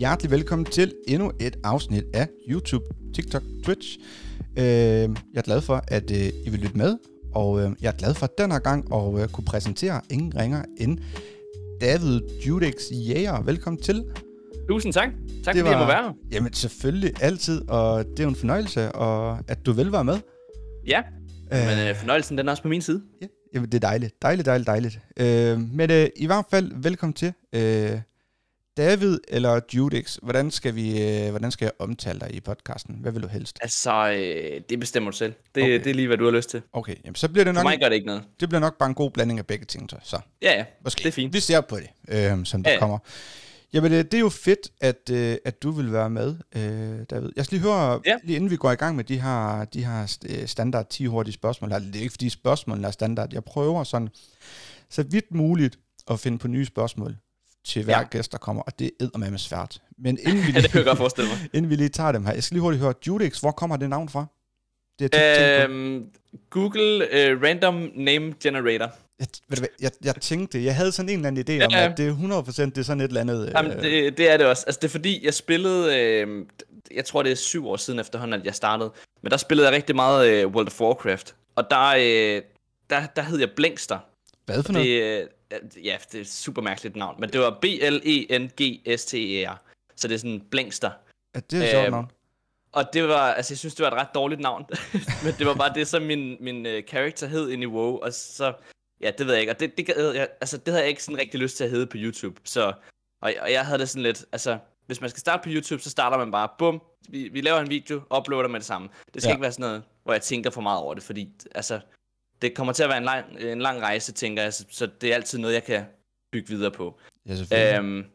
Hjertelig velkommen til endnu et afsnit af YouTube, TikTok, Twitch. Jeg er glad for, at I vil lytte med, og jeg er glad for den her gang at kunne præsentere ingen ringer end David Judex Jæger. Velkommen til. Tusind tak. Tak fordi jeg må være her. Jamen selvfølgelig, altid, og det er jo en fornøjelse, og at du vil være med. Ja, men fornøjelsen den er også på min side. Ja, jamen det er dejligt. Men i hvert fald, velkommen til. David eller Judex, hvordan skal jeg omtale dig i podcasten? Hvad vil du helst? Altså, det bestemmer du selv. Det er lige, hvad du har lyst til. Okay, jamen så bliver det nok... For mig gør det ikke noget. Det bliver nok bare en god blanding af begge ting, så. Ja, måske. Det er fint. Vi ser på det, som det kommer. Jamen, det er jo fedt, at du vil være med, David. Jeg skal lige høre, lige inden vi går i gang med de her standard 10 hurtige spørgsmål. Det er ikke fordi spørgsmålene er standard. Jeg prøver sådan, så vidt muligt at finde på nye spørgsmål til hver gæst, der kommer, og det er eddermame svært. Men inden vi lige, det kan jeg godt forestille mig. Inden vi lige tager dem her, jeg skal lige hurtigt høre, Judex, hvor kommer det navn fra? Det Google Random Name Generator. Jeg tænkte, jeg havde sådan en eller anden idé om, at det er 100%, det er sådan et eller andet... Jamen, det er det også. Altså, det er fordi, jeg spillede... jeg tror, det er 7 år siden efterhånden, at jeg startede. Men der spillede jeg rigtig meget World of Warcraft. Og der hed jeg Blinkster. Hvad for noget? Ja, det er et super mærkeligt navn. Men det var Blengster. Så det er sådan Blinkster. Ja, det er et sjovt navn. Og det var, altså jeg synes, det var et ret dårligt navn. Men det var bare det, som min character hed inde i WoW. Og så... Ja, det ved jeg ikke, og det havde jeg ikke sådan rigtig lyst til at hedde på YouTube, så, og jeg havde det sådan lidt, altså, hvis man skal starte på YouTube, så starter man bare, bum, vi laver en video, uploader med det samme. Det skal ikke være sådan noget, hvor jeg tænker for meget over det, fordi, altså, det kommer til at være en lang rejse, tænker jeg, så det er altid noget, jeg kan bygge videre på. Ja, selvfølgelig.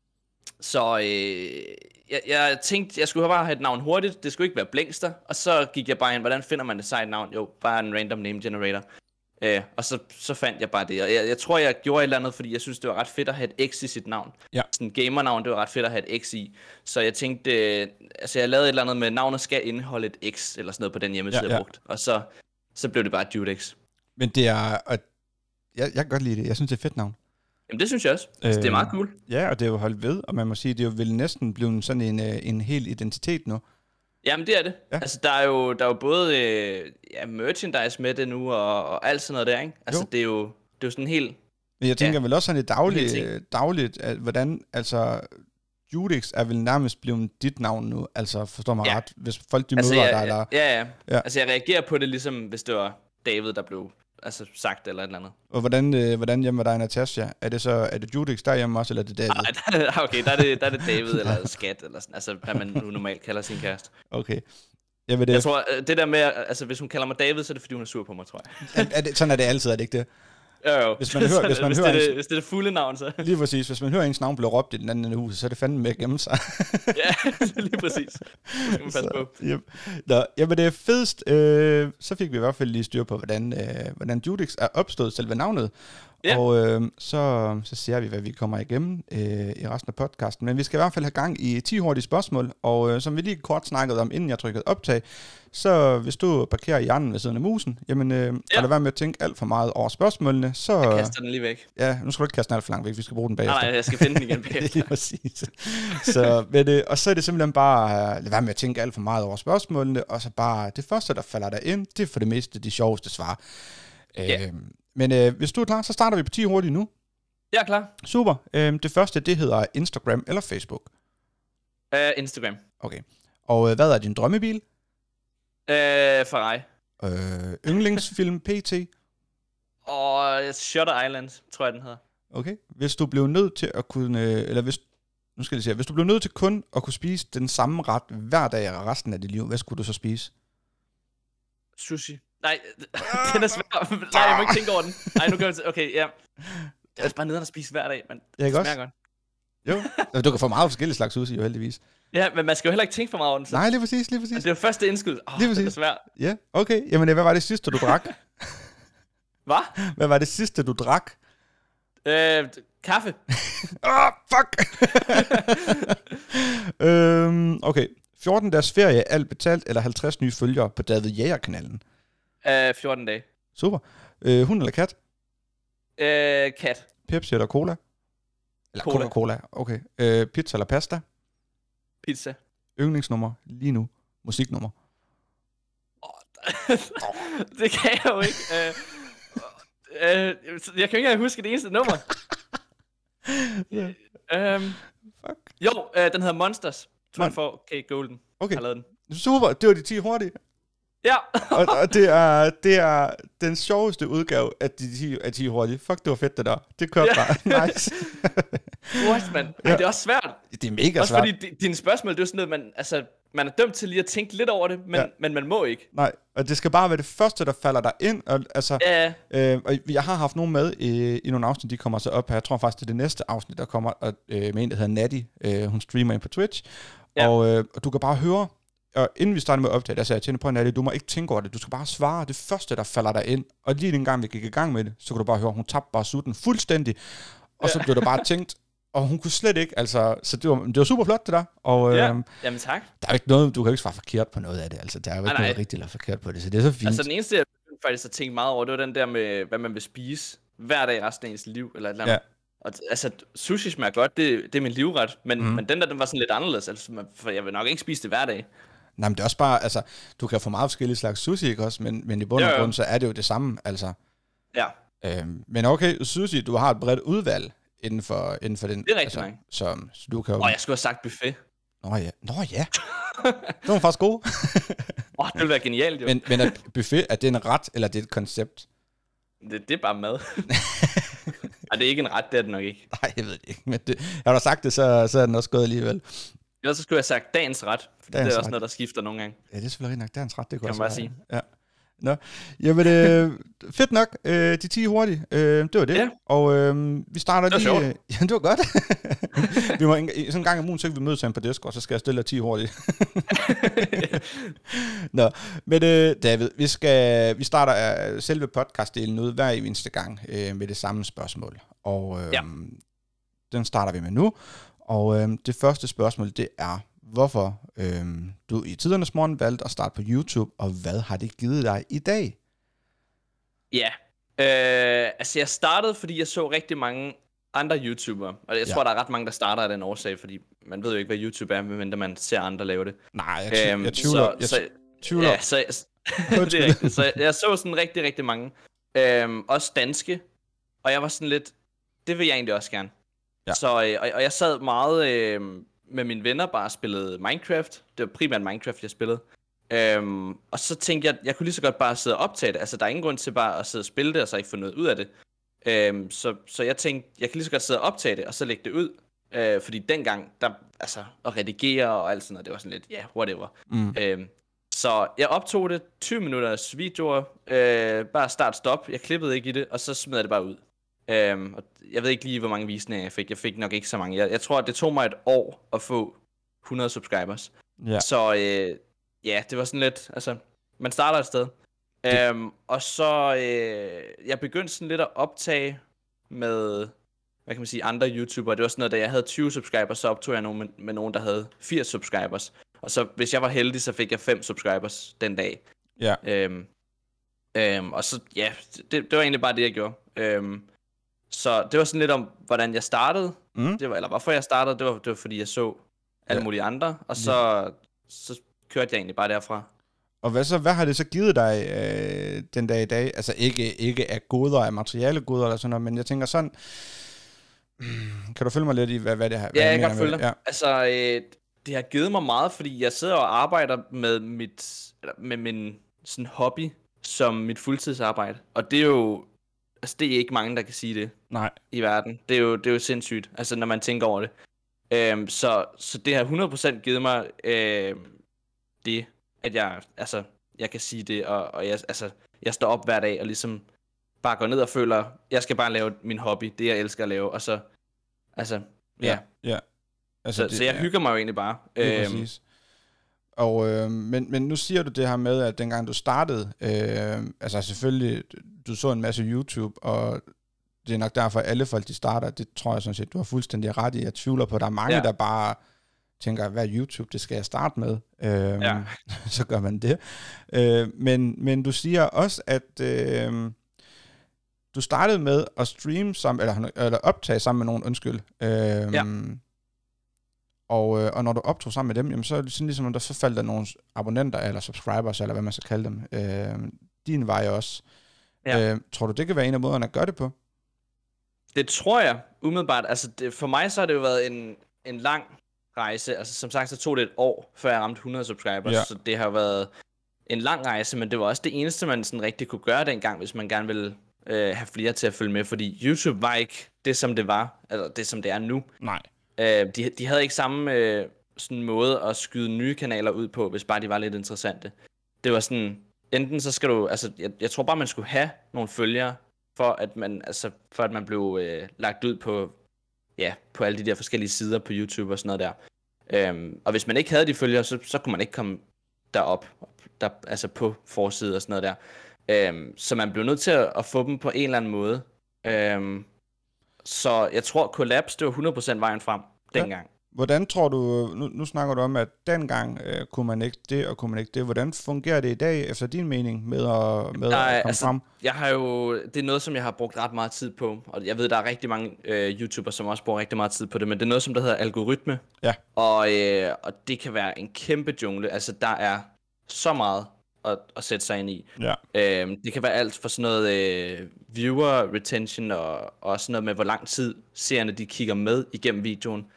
Jeg tænkte, jeg skulle bare have et navn hurtigt, det skulle ikke være Blinkster, og så gik jeg bare ind, hvordan finder man det sejt navn? Jo, bare en random name generator. Og så fandt jeg bare det, og jeg tror, jeg gjorde et eller andet, fordi jeg synes, det var ret fedt at have et X i sit navn. Ja. Sådan en gamernavn, det var ret fedt at have et X i. Så jeg tænkte, altså jeg lavede et eller andet med, navnet skal indeholde et X, eller sådan noget på den hjemmeside, jeg brugt. Og så blev det bare Judex. Men det er, jeg kan godt lide det, jeg synes, det er et fedt navn. Jamen det synes jeg også, altså, det er meget cool. Ja, og det er jo holdt ved, og man må sige, det er jo vel næsten blevet sådan en hel identitet nu. Jamen det er det. Ja. Altså der er jo både merchandise med det nu og alt sådan noget der, ikke? Altså det er jo sådan helt. Men jeg tænker vel også sådan et dagligt at hvordan altså Judex er vel nærmest blevet dit navn nu. Altså forstår mig ret, hvis folk de møder dig eller. Ja. Altså jeg reagerer på det ligesom hvis det var David der blev sagt eller et eller andet. Og hvordan hjemme var dig, Natasha? Er det Judex derhjemme også, eller er det David? Nej, okay, der er det David eller Skat, eller sådan, altså hvad man nu normalt kalder sin kæreste. Okay. Jeg tror, det der med, altså hvis hun kalder mig David, så er det fordi hun er sur på mig, tror jeg. Sådan er det altid, er det ikke det? Jo. Hvis det er det fulde navn, så. Lige præcis. Hvis man hører ens navn blive råbt i den anden ende af huset, så er det fandme med at gemme sig. Ja, lige præcis. Det skal man passe på. Jamen det er fedest. Så fik vi i hvert fald lige styr på, hvordan Judex er opstået, selve navnet. Ja. Og så ser vi, hvad vi kommer igennem i resten af podcasten. Men vi skal i hvert fald have gang i 10 hurtige spørgsmål. Og som vi lige kort snakkede om, inden jeg trykkede optag, så hvis du parkerer hjernen ved siden af musen, jamen, og lad være med at tænke alt for meget over spørgsmålene, så... Jeg kaster den lige væk. Ja, nu skal du ikke kaste den alt for langt væk, vi skal bruge den bagefter. Nej, jeg skal finde den igen bagefter. Lige præcis. Og så er det simpelthen bare, lad være med at tænke alt for meget over spørgsmålene, og så bare, det første, der falder der ind, det er for det meste de sjoveste svar. Men hvis du er klar, så starter vi på 10 hurtigt nu. Jeg er klar. Super. Det første, det hedder Instagram eller Facebook? Instagram. Okay. Og hvad er din drømmebil? Ferrari. Yndlingsfilm PT? Og Shutter Island, tror jeg, den hedder. Okay. Hvis du blev nødt til at kunne, hvis du blev nødt til kun at kunne spise den samme ret hver dag og resten af dit liv, hvad skulle du så spise? Sushi. Nej, den er svær. Nej, jeg må ikke tænke over den. Nej, nu kan jeg... Okay, ja. Jeg er bare nede og spise hver dag, men det smager godt. Jo, du kan få meget forskellige slags sushi, jo heldigvis. Ja, men man skal jo heller ikke tænke for meget over den. Så. Nej, lige præcis. Altså, det er jo første indskud. Det er svært. Ja, okay. Jamen, hvad var det sidste, du drak? Hvad? Hvad var det sidste, du drak? Kaffe. Fuck! Okay. 14 dages ferie, alt betalt, eller 50 nye følgere på David Jæger-kanalen? 14 dage. Super. Hund eller kat? Kat. Pepsi eller cola? Eller Cola. Coca-Cola, okay. Pizza eller pasta? Pizza. Yndlingsnummer lige nu. Musiknummer. Det kan jeg jo ikke. Jeg kan ikke engang huske det eneste nummer. Fuck. Jo, den hedder Monsters. 24K Golden. Okay. Har lavet den. Super, det var de 10 hurtige. Ja. og det er den sjoveste udgave af de 10 hurtige. Fuck, det var fedt det der. Det kørte bare. Nice. What, man? Ej, det er også svært. Det er mega også svært. Også fordi dine spørgsmål, det er jo sådan noget, man er dømt til lige at tænke lidt over det, men man må ikke. Nej, og det skal bare være det første, der falder dig ind. Og, altså, og jeg har haft nogen med i nogle afsnit, de kommer så op her. Jeg tror faktisk, det er det næste afsnit, der kommer med en, der hedder Natty. Hun streamer ind på Twitch. Ja. Og du kan bare høre, og inden vi startede med at optage, der sagde jeg til hende, prøv Natty, du må ikke tænke over det. Du skal bare svare det første, der falder dig ind. Og lige den gang, vi gik i gang med det, så kunne du bare høre, hun tabte bare sutten fuldstændig. Og så blev der bare tænkt, og hun kunne slet ikke, altså, så det var super flot det der. Og, jamen tak. Der er jo ikke noget, du kan jo ikke svare forkert på noget af det, altså, der er jo ikke noget rigtigt eller forkert på det, så det er så fint. Altså den eneste, jeg faktisk har tænkt meget over, det var den der med, hvad man vil spise hver dag resten af ens liv, eller et eller andet. Ja. Og altså, sushi smager godt, det er min livret, men den der, den var sådan lidt anderledes, altså, for jeg vil nok ikke spise det hver dag. Nej, men det er også bare, altså, du kan få meget forskellige slags sushi, ikke også, men i bund og grund, så er det jo det samme, altså. Ja. Men okay, sushi, du har et bredt udvalg inden for den. Det er rigtig altså, mange. Så du kan jo... jeg skulle have sagt buffet. Nå ja. Det var faktisk god. Det ville være genialt, jo. Men er buffet, er det en ret, eller det er et koncept? Det er bare mad. Det er ikke en ret, det er det nok ikke. Nej, jeg ved det ikke, men jeg har da sagt det, så er den også gået alligevel. Ellers så skulle jeg have sagt dagens ret, for det er også noget, der skifter nogle gange. Ja, det er selvfølgelig nok dagens ret, det kan man bare sige. Ja. Nå, jamen fedt nok, de 10 hurtige, det var det, ja. Og vi starter lige... Ja, det var godt. Vi må sådan en gang om ugen, så kan vi mødes sammen på Discord, så skal jeg stille dig 10 hurtige. Nå, men David, vi starter selve podcastdelen ud hver eneste gang med det samme spørgsmål, og den starter vi med nu, og det første spørgsmål, det er, hvorfor du i tidernes morgen valgte at starte på YouTube, og hvad har det givet dig i dag? Ja, altså jeg startede, fordi jeg så rigtig mange andre YouTubere, og jeg tror, der er ret mange, der starter af den årsag, fordi man ved jo ikke, hvad YouTube er, medmindre man ser andre lave det. Nej, jeg tvivler. Ja, det er rigtigt. Så jeg så sådan rigtig, rigtig mange. Også danske, og jeg var sådan lidt, det vil jeg egentlig også gerne. Ja. Så, og jeg sad meget... med mine venner bare spillede Minecraft. Det var primært Minecraft, jeg spillede. Og så tænkte jeg kunne lige så godt bare sidde og optage det. Altså, der er ingen grund til bare at sidde og spille det, og så ikke få noget ud af det. Så jeg tænkte, jeg kan lige så godt sidde og optage det, og så lægge det ud. Fordi dengang, der, altså, at redigere og alt sådan noget, det var sådan lidt, whatever. Så jeg optog det, 20 minutters videoer, bare start-stop. Jeg klippede ikke i det, og så smed jeg det bare ud. Og jeg ved ikke lige, hvor mange visninger jeg fik. Jeg fik nok ikke så mange. Jeg tror, at det tog mig et år at få 100 subscribers. Ja. Så det var sådan lidt, altså, man starter et sted. Og så, jeg begyndte sådan lidt at optage med, hvad kan man sige, andre YouTubere. Det var sådan noget, da jeg havde 20 subscribers, så optog jeg nogen med nogen, der havde 80 subscribers. Og så, hvis jeg var heldig, så fik jeg 5 subscribers den dag. Ja. Og så, det var egentlig bare det, jeg gjorde. Så det var sådan lidt om, hvordan jeg startede. Eller hvorfor jeg startede, det var fordi, jeg så alle mulige andre. Og så kørte jeg egentlig bare derfra. Og hvad har det så givet dig den dag i dag? Altså ikke af goder, af materiale goder eller sådan noget, men jeg tænker sådan... Kan du følge mig lidt i, hvad det har? Ja, jeg kan følge dig. Ja. Altså, det har givet mig meget, fordi jeg sidder og arbejder med min sådan hobby som mit fuldtidsarbejde. Og det er jo... Altså, det er ikke mange, der kan sige det. Nej. I verden. Det er jo sindssygt, altså, når man tænker over det. Så det har 100% givet mig det, at jeg kan sige det, og jeg står op hver dag og ligesom bare går ned og føler, jeg skal bare lave min hobby, det jeg elsker at lave, og så, ja. Altså, så jeg hygger mig jo egentlig bare. Præcis. Og, men nu siger du det her med, at dengang du startede, altså selvfølgelig, du så en masse YouTube, og det er nok derfor, at alle folk, de starter, det tror jeg sådan set, du har fuldstændig ret i. Jeg tvivler på, at der er mange, der bare tænker, hvad er YouTube, det skal jeg starte med. Så gør man det. Men du siger også, at du startede med at streame sammen, eller optage sammen med nogen, Og når du optog sammen med dem, jamen, så er det sådan ligesom, der så faldt der nogle abonnenter, eller subscribers, eller hvad man skal kalde dem, din vej også. Ja. Tror du, det kan være en af måderne at gøre det på? Det tror jeg, umiddelbart. Altså, for mig så har det jo været en lang rejse. Altså, som sagt, så tog det et år, før jeg ramte 100 subscribers. Så det har været en lang rejse, men det var også det eneste, man sådan rigtig kunne gøre dengang, hvis man gerne ville have flere til at følge med. Fordi YouTube var ikke det, som det var, eller det, som det er nu. Nej. De havde ikke samme sådan måde at skyde nye kanaler ud på, hvis bare de var lidt interessante. Det var sådan, enten så skal du, altså jeg tror bare, man skulle have nogle følgere, for at man blev lagt ud på alle de der forskellige sider på YouTube og sådan noget der. Og hvis man ikke havde de følgere, så kunne man ikke komme derop, altså på forsiden og sådan noget der. Så man blev nødt til at få dem på en eller anden måde. Så jeg tror, Collabs, det var 100% vejen frem dengang. Hvordan tror du, nu snakker du om, at dengang kunne man ikke det, og kunne man ikke det. Hvordan fungerer det i dag, efter din mening, med at komme frem? Jeg har jo, det er noget, som jeg har brugt ret meget tid på, og jeg ved, der er rigtig mange YouTubere, som også bruger rigtig meget tid på det, men det er noget, som der hedder algoritme. Ja. Og det kan være en kæmpe jungle. Altså, der er så meget at sætte sig ind i. Ja. Det kan være alt for sådan noget viewer retention, og sådan noget med, hvor lang tid seerne de kigger med igennem videoen.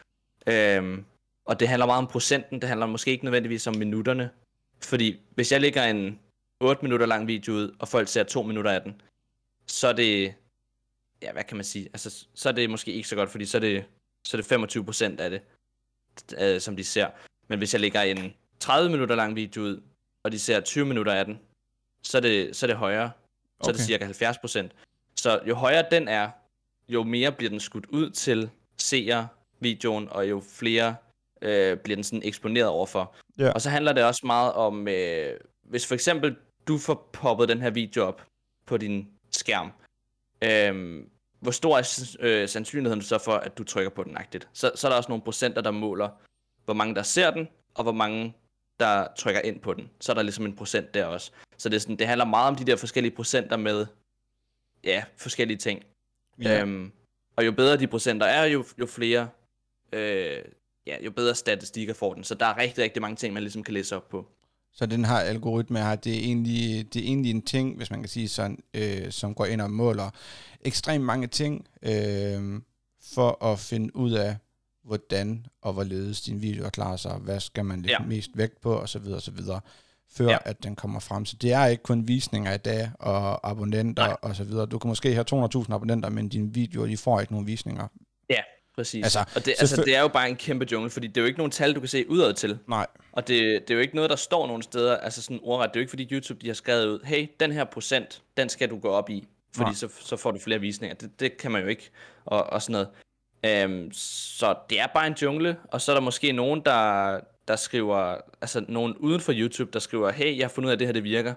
Og det handler meget om procenten, det handler måske ikke nødvendigvis om minutterne. Fordi hvis jeg lægger en 8 minutter lang video ud, og folk ser 2 minutter af den, så er det, ja, hvad kan man sige, altså, så er det måske ikke så godt, fordi så er det 25% af det, som de ser. Men hvis jeg lægger en 30 minutter lang video ud, og de ser 20 minutter af den, så er det højere. Så er det cirka 70%. Så jo højere den er, jo mere bliver den skudt ud til seere videoen, og jo flere bliver den sådan eksponeret overfor. Yeah. Og så handler det også meget om, hvis for eksempel du får poppet den her video op på din skærm, hvor stor er sandsynligheden så for, at du trykker på den-agtigt. Så er der også nogle procenter, der måler, hvor mange der ser den, og hvor mange der trykker ind på den. Så er der ligesom en procent der også. Så det handler meget om de der forskellige procenter med, ja, forskellige ting. Yeah. Og jo bedre de procenter er, jo flere jo bedre statistikker får den. Så der er rigtig, rigtig mange ting, man ligesom kan læse op på. Så den her algoritme her, det er egentlig en ting, hvis man kan sige sådan, som går ind og måler ekstremt mange ting, for at finde ud af, hvordan og hvorledes din video klarer sig, hvad skal man lægge mest vægt på, og så videre, før at den kommer frem. Så det er ikke kun visninger i dag, og abonnenter, og så videre. Du kan måske have 200.000 abonnenter, men dine videoer, de får ikke nogen visninger. Ja, præcis. Altså, det er jo bare en kæmpe jungle, fordi det er jo ikke nogen tal, du kan se udad til. Nej. Og det er jo ikke noget, der står nogen steder, altså sådan ordret. Det er jo ikke, fordi YouTube, de har skrevet ud, hey, den her procent, den skal du gå op i, fordi så får du flere visninger. Det kan man jo ikke, og sådan noget. Så det er bare en jungle, og så er der måske nogen, der skriver, altså nogen uden for YouTube, der skriver, hey, jeg har fundet ud af, at det her, det virker,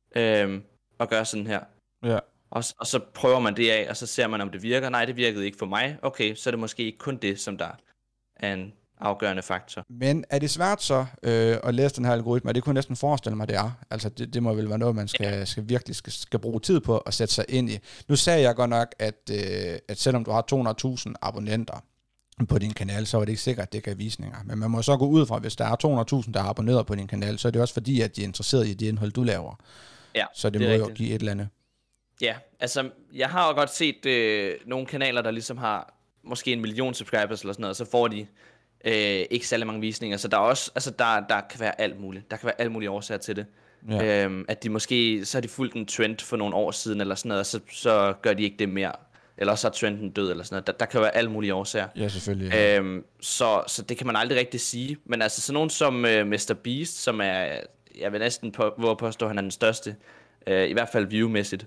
og gør sådan her. Ja. Og så prøver man det af, og så ser man, om det virker. Nej, det virkede ikke for mig. Okay, så er det måske ikke kun det, som der er en afgørende faktor. Men er det svært så at læse den her algoritme? Det kunne jeg næsten forestille mig, det er. Altså, det må vel være noget, man virkelig skal bruge tid på at sætte sig ind i. Nu sagde jeg godt nok, at selvom du har 200.000 abonnenter på din kanal, så er det ikke sikkert, at det kan visninger. Men man må så gå ud fra, hvis der er 200.000, der er abonneret på din kanal, så er det også fordi, at de er interesseret i det indhold, du laver. Ja, så det må jo give et eller andet. Ja, altså, jeg har jo godt set nogle kanaler, der ligesom har måske 1 million subscribers eller sådan noget, og så får de ikke særlig mange visninger. Så der er også, altså, der kan være alt muligt. Der kan være alt mulige årsager til det. Ja. At de måske, så har de fulgt en trend for nogle år siden eller sådan noget, og så gør de ikke det mere. Eller så er trenden død eller sådan noget. Der kan være alle mulige årsager. Ja, selvfølgelig. Ja. Så det kan man aldrig rigtig sige. Men altså sådan nogen som Mr. Beast, som er, jeg vil næsten våge påstå, at han er den største, i hvert fald viewmæssigt,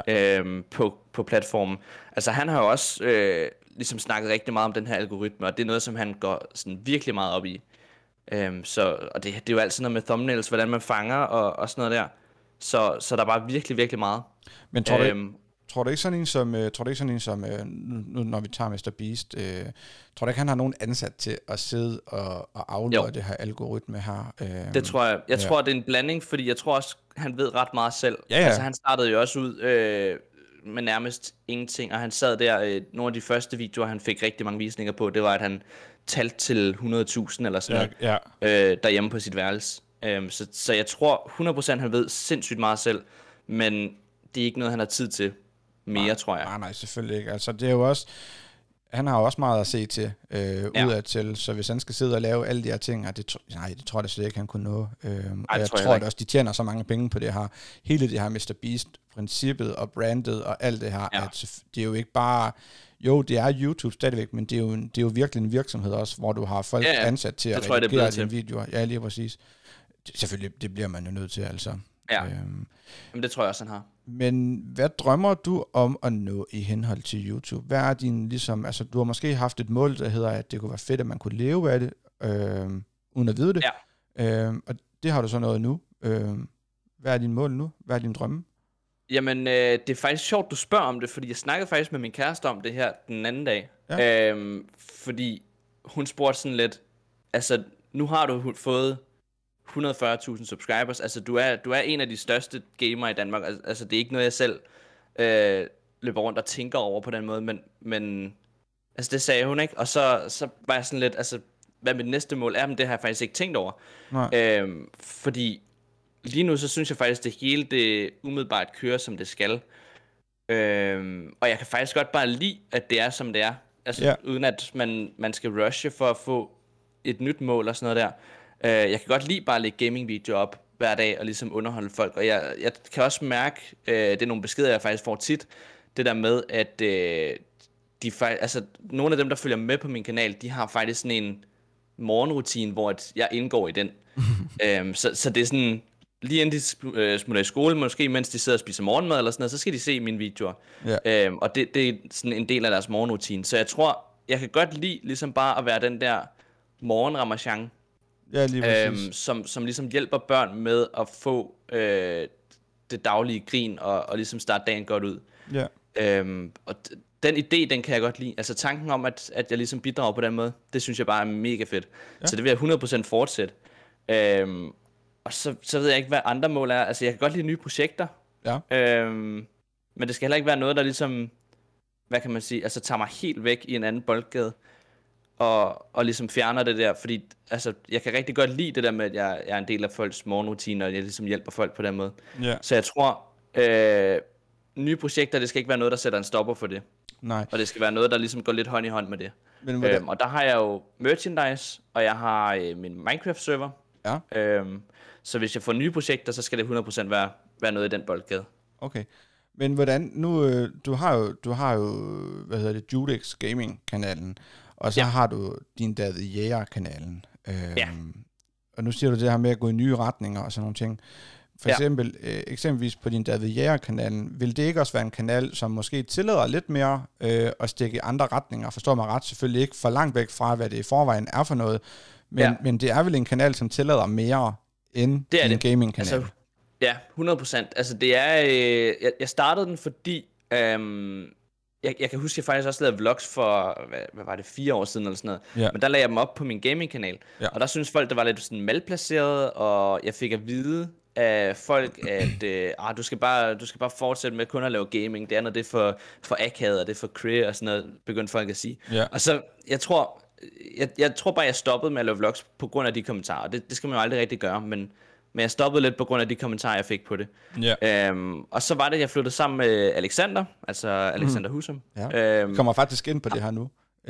på platformen. Altså han har jo også ligesom snakket rigtig meget om den her algoritme, og det er noget, som han går sådan virkelig meget op i. Og det er jo altid noget med thumbnails, hvordan man fanger og sådan noget der. Så der er bare virkelig, virkelig meget. Men tror du ikke sådan en som, nu når vi tager Mr. Beast, tror du ikke, han har nogen ansat til at sidde og afløre det her algoritme her? Det tror jeg. Jeg tror, det er en blanding, fordi jeg tror også, han ved ret meget selv. Ja. Altså han startede jo også ud med nærmest ingenting, og han sad der, nogle af de første videoer, han fik rigtig mange visninger på, det var, at han talte til 100.000 eller sådan noget, derhjemme på sit værelse. Så jeg tror 100% han ved sindssygt meget selv, men det er ikke noget, han har tid til mere, tror jeg. Nej, selvfølgelig ikke. Altså, det er jo også... Han har jo også meget at se til, udadtil, så hvis han skal sidde og lave alle de her ting, det tror jeg slet ikke, han kunne nå. Og jeg tror også, de tjener så mange penge på det her. Hele det her Mr. Beast-princippet og brandet og alt det her, at det er jo ikke bare... Jo, det er YouTube stadigvæk, men det er jo virkelig en virksomhed også, hvor du har folk ansat til at redigere dine videoer. Ja, lige præcis. Selvfølgelig, det bliver man jo nødt til, altså. Ja, men det tror jeg også, han har. Men hvad drømmer du om at nå i henhold til YouTube? Hvad er din ligesom, altså du har måske haft et mål, der hedder, at det kunne være fedt, at man kunne leve af det, uden at vide det. Ja. Og det har du så nået nu. Hvad er din mål nu? Hvad er din drømme? Jamen, det er faktisk sjovt, du spørger om det, fordi jeg snakkede faktisk med min kæreste om det her den anden dag. Ja. Fordi hun spurgte sådan lidt, altså nu har du fået 140.000 subscribers, altså du er en af de største gamere i Danmark, altså det er ikke noget jeg selv løber rundt og tænker over på den måde, men altså det sagde hun ikke, og så var jeg sådan lidt, altså hvad mit næste mål er, men det har jeg faktisk ikke tænkt over. Fordi lige nu så synes jeg faktisk det hele det umiddelbart kører som det skal, og jeg kan faktisk godt bare lide at det er som det er, altså uden at man skal rushe for at få et nyt mål og sådan noget der. Jeg kan godt lide bare at lægge gaming-videoer op hver dag og ligesom underholde folk. Og jeg kan også mærke, det er nogle beskeder, jeg faktisk får tit, det der med, at nogle af dem, der følger med på min kanal, de har faktisk sådan en morgenrutine, hvor jeg indgår i den. Så det er sådan, lige inden de smutter i skole, måske mens de sidder og spiser morgenmad eller sådan noget, så skal de se mine videoer. Og det er sådan en del af deres morgenrutine. Så jeg tror, jeg kan godt lide ligesom bare at være den der morgenramachan, som ligesom hjælper børn med at få det daglige grin og ligesom starte dagen godt ud. Og den idé, den kan jeg godt lide. Altså tanken om, at jeg ligesom bidrager på den måde, det synes jeg bare er mega fedt. Så det vil jeg 100% fortsætte. Og så ved jeg ikke, hvad andre mål er. Altså jeg kan godt lide nye projekter. Men det skal heller ikke være noget, der ligesom, hvad kan man sige, altså tager mig helt væk i en anden boldgade. Og ligesom fjerner det der, fordi altså, jeg kan rigtig godt lide det der med, at jeg er en del af folks morgenrutiner, og jeg ligesom hjælper folk på den måde. Så jeg tror, nye projekter, det skal ikke være noget, der sætter en stopper for det. Nej. Og det skal være noget, der ligesom går lidt hånd i hånd med det. Og der har jeg jo merchandise, og jeg har min Minecraft-server. Så hvis jeg får nye projekter, så skal det 100% være noget i den boldgade. Okay. Men hvordan, nu, du har jo, hvad hedder det, Judix Gaming-kanalen, og så har du din David Jæger-kanalen. Og nu siger du det her med at gå i nye retninger og sådan nogle ting. For eksempelvis på din David Jæger-kanalen, vil det ikke også være en kanal, som måske tillader lidt mere at stikke i andre retninger? Forstår mig ret, selvfølgelig ikke for langt væk fra, hvad det i forvejen er for noget, men det er vel en kanal, som tillader mere end din gaming-kanal? Altså, ja, 100%. Altså det er, jeg startede den, fordi jeg kan huske, at jeg faktisk også lavede vlogs for, hvad var det, 4 år siden eller sådan noget. Men der lagde jeg dem op på min gaming-kanal. Og der synes folk, det var lidt sådan malplaceret, og jeg fik at vide af folk, at du skal bare fortsætte med kun at lave gaming. Det andet, det er for akavet, og det er for career og sådan noget, begyndte folk at sige. Og så, jeg tror bare, jeg stoppede med at lave vlogs på grund af de kommentarer. Det skal man jo aldrig rigtig gøre, men jeg stoppede lidt på grund af de kommentarer, jeg fik på det. Og så var det, jeg flyttede sammen med Alexander, altså Alexander Husum. Vi kommer faktisk ind på det her nu.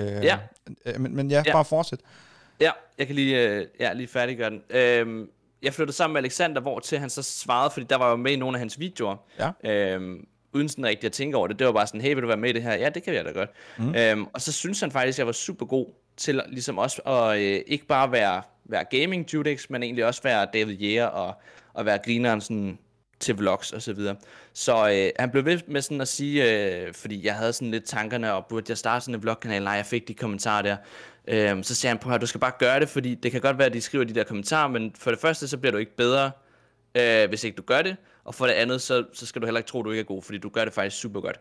Men bare fortsæt. Ja, jeg kan lige færdiggøre den. Jeg flyttede sammen med Alexander, hvor til han så svarede, fordi der var jo med i nogle af hans videoer. Uden sådan rigtig at tænke over det. Det var bare sådan, hey, vil du være med i det her? Ja, det kan jeg da godt. Og så synes han faktisk, at jeg var super god til ligesom også at ikke bare være gaming Judix, men egentlig også være David Jæger og være grineren sådan til vlogs og så videre. Så han blev ved med sådan at sige, fordi jeg havde sådan lidt tankerne, og burde jeg starte sådan en vlogkanal? Nej, jeg fik de kommentarer der. Så sagde han på her, du skal bare gøre det, fordi det kan godt være, at de skriver de der kommentarer, men for det første, så bliver du ikke bedre, hvis ikke du gør det, og for det andet, så skal du heller ikke tro, at du ikke er god, fordi du gør det faktisk super godt.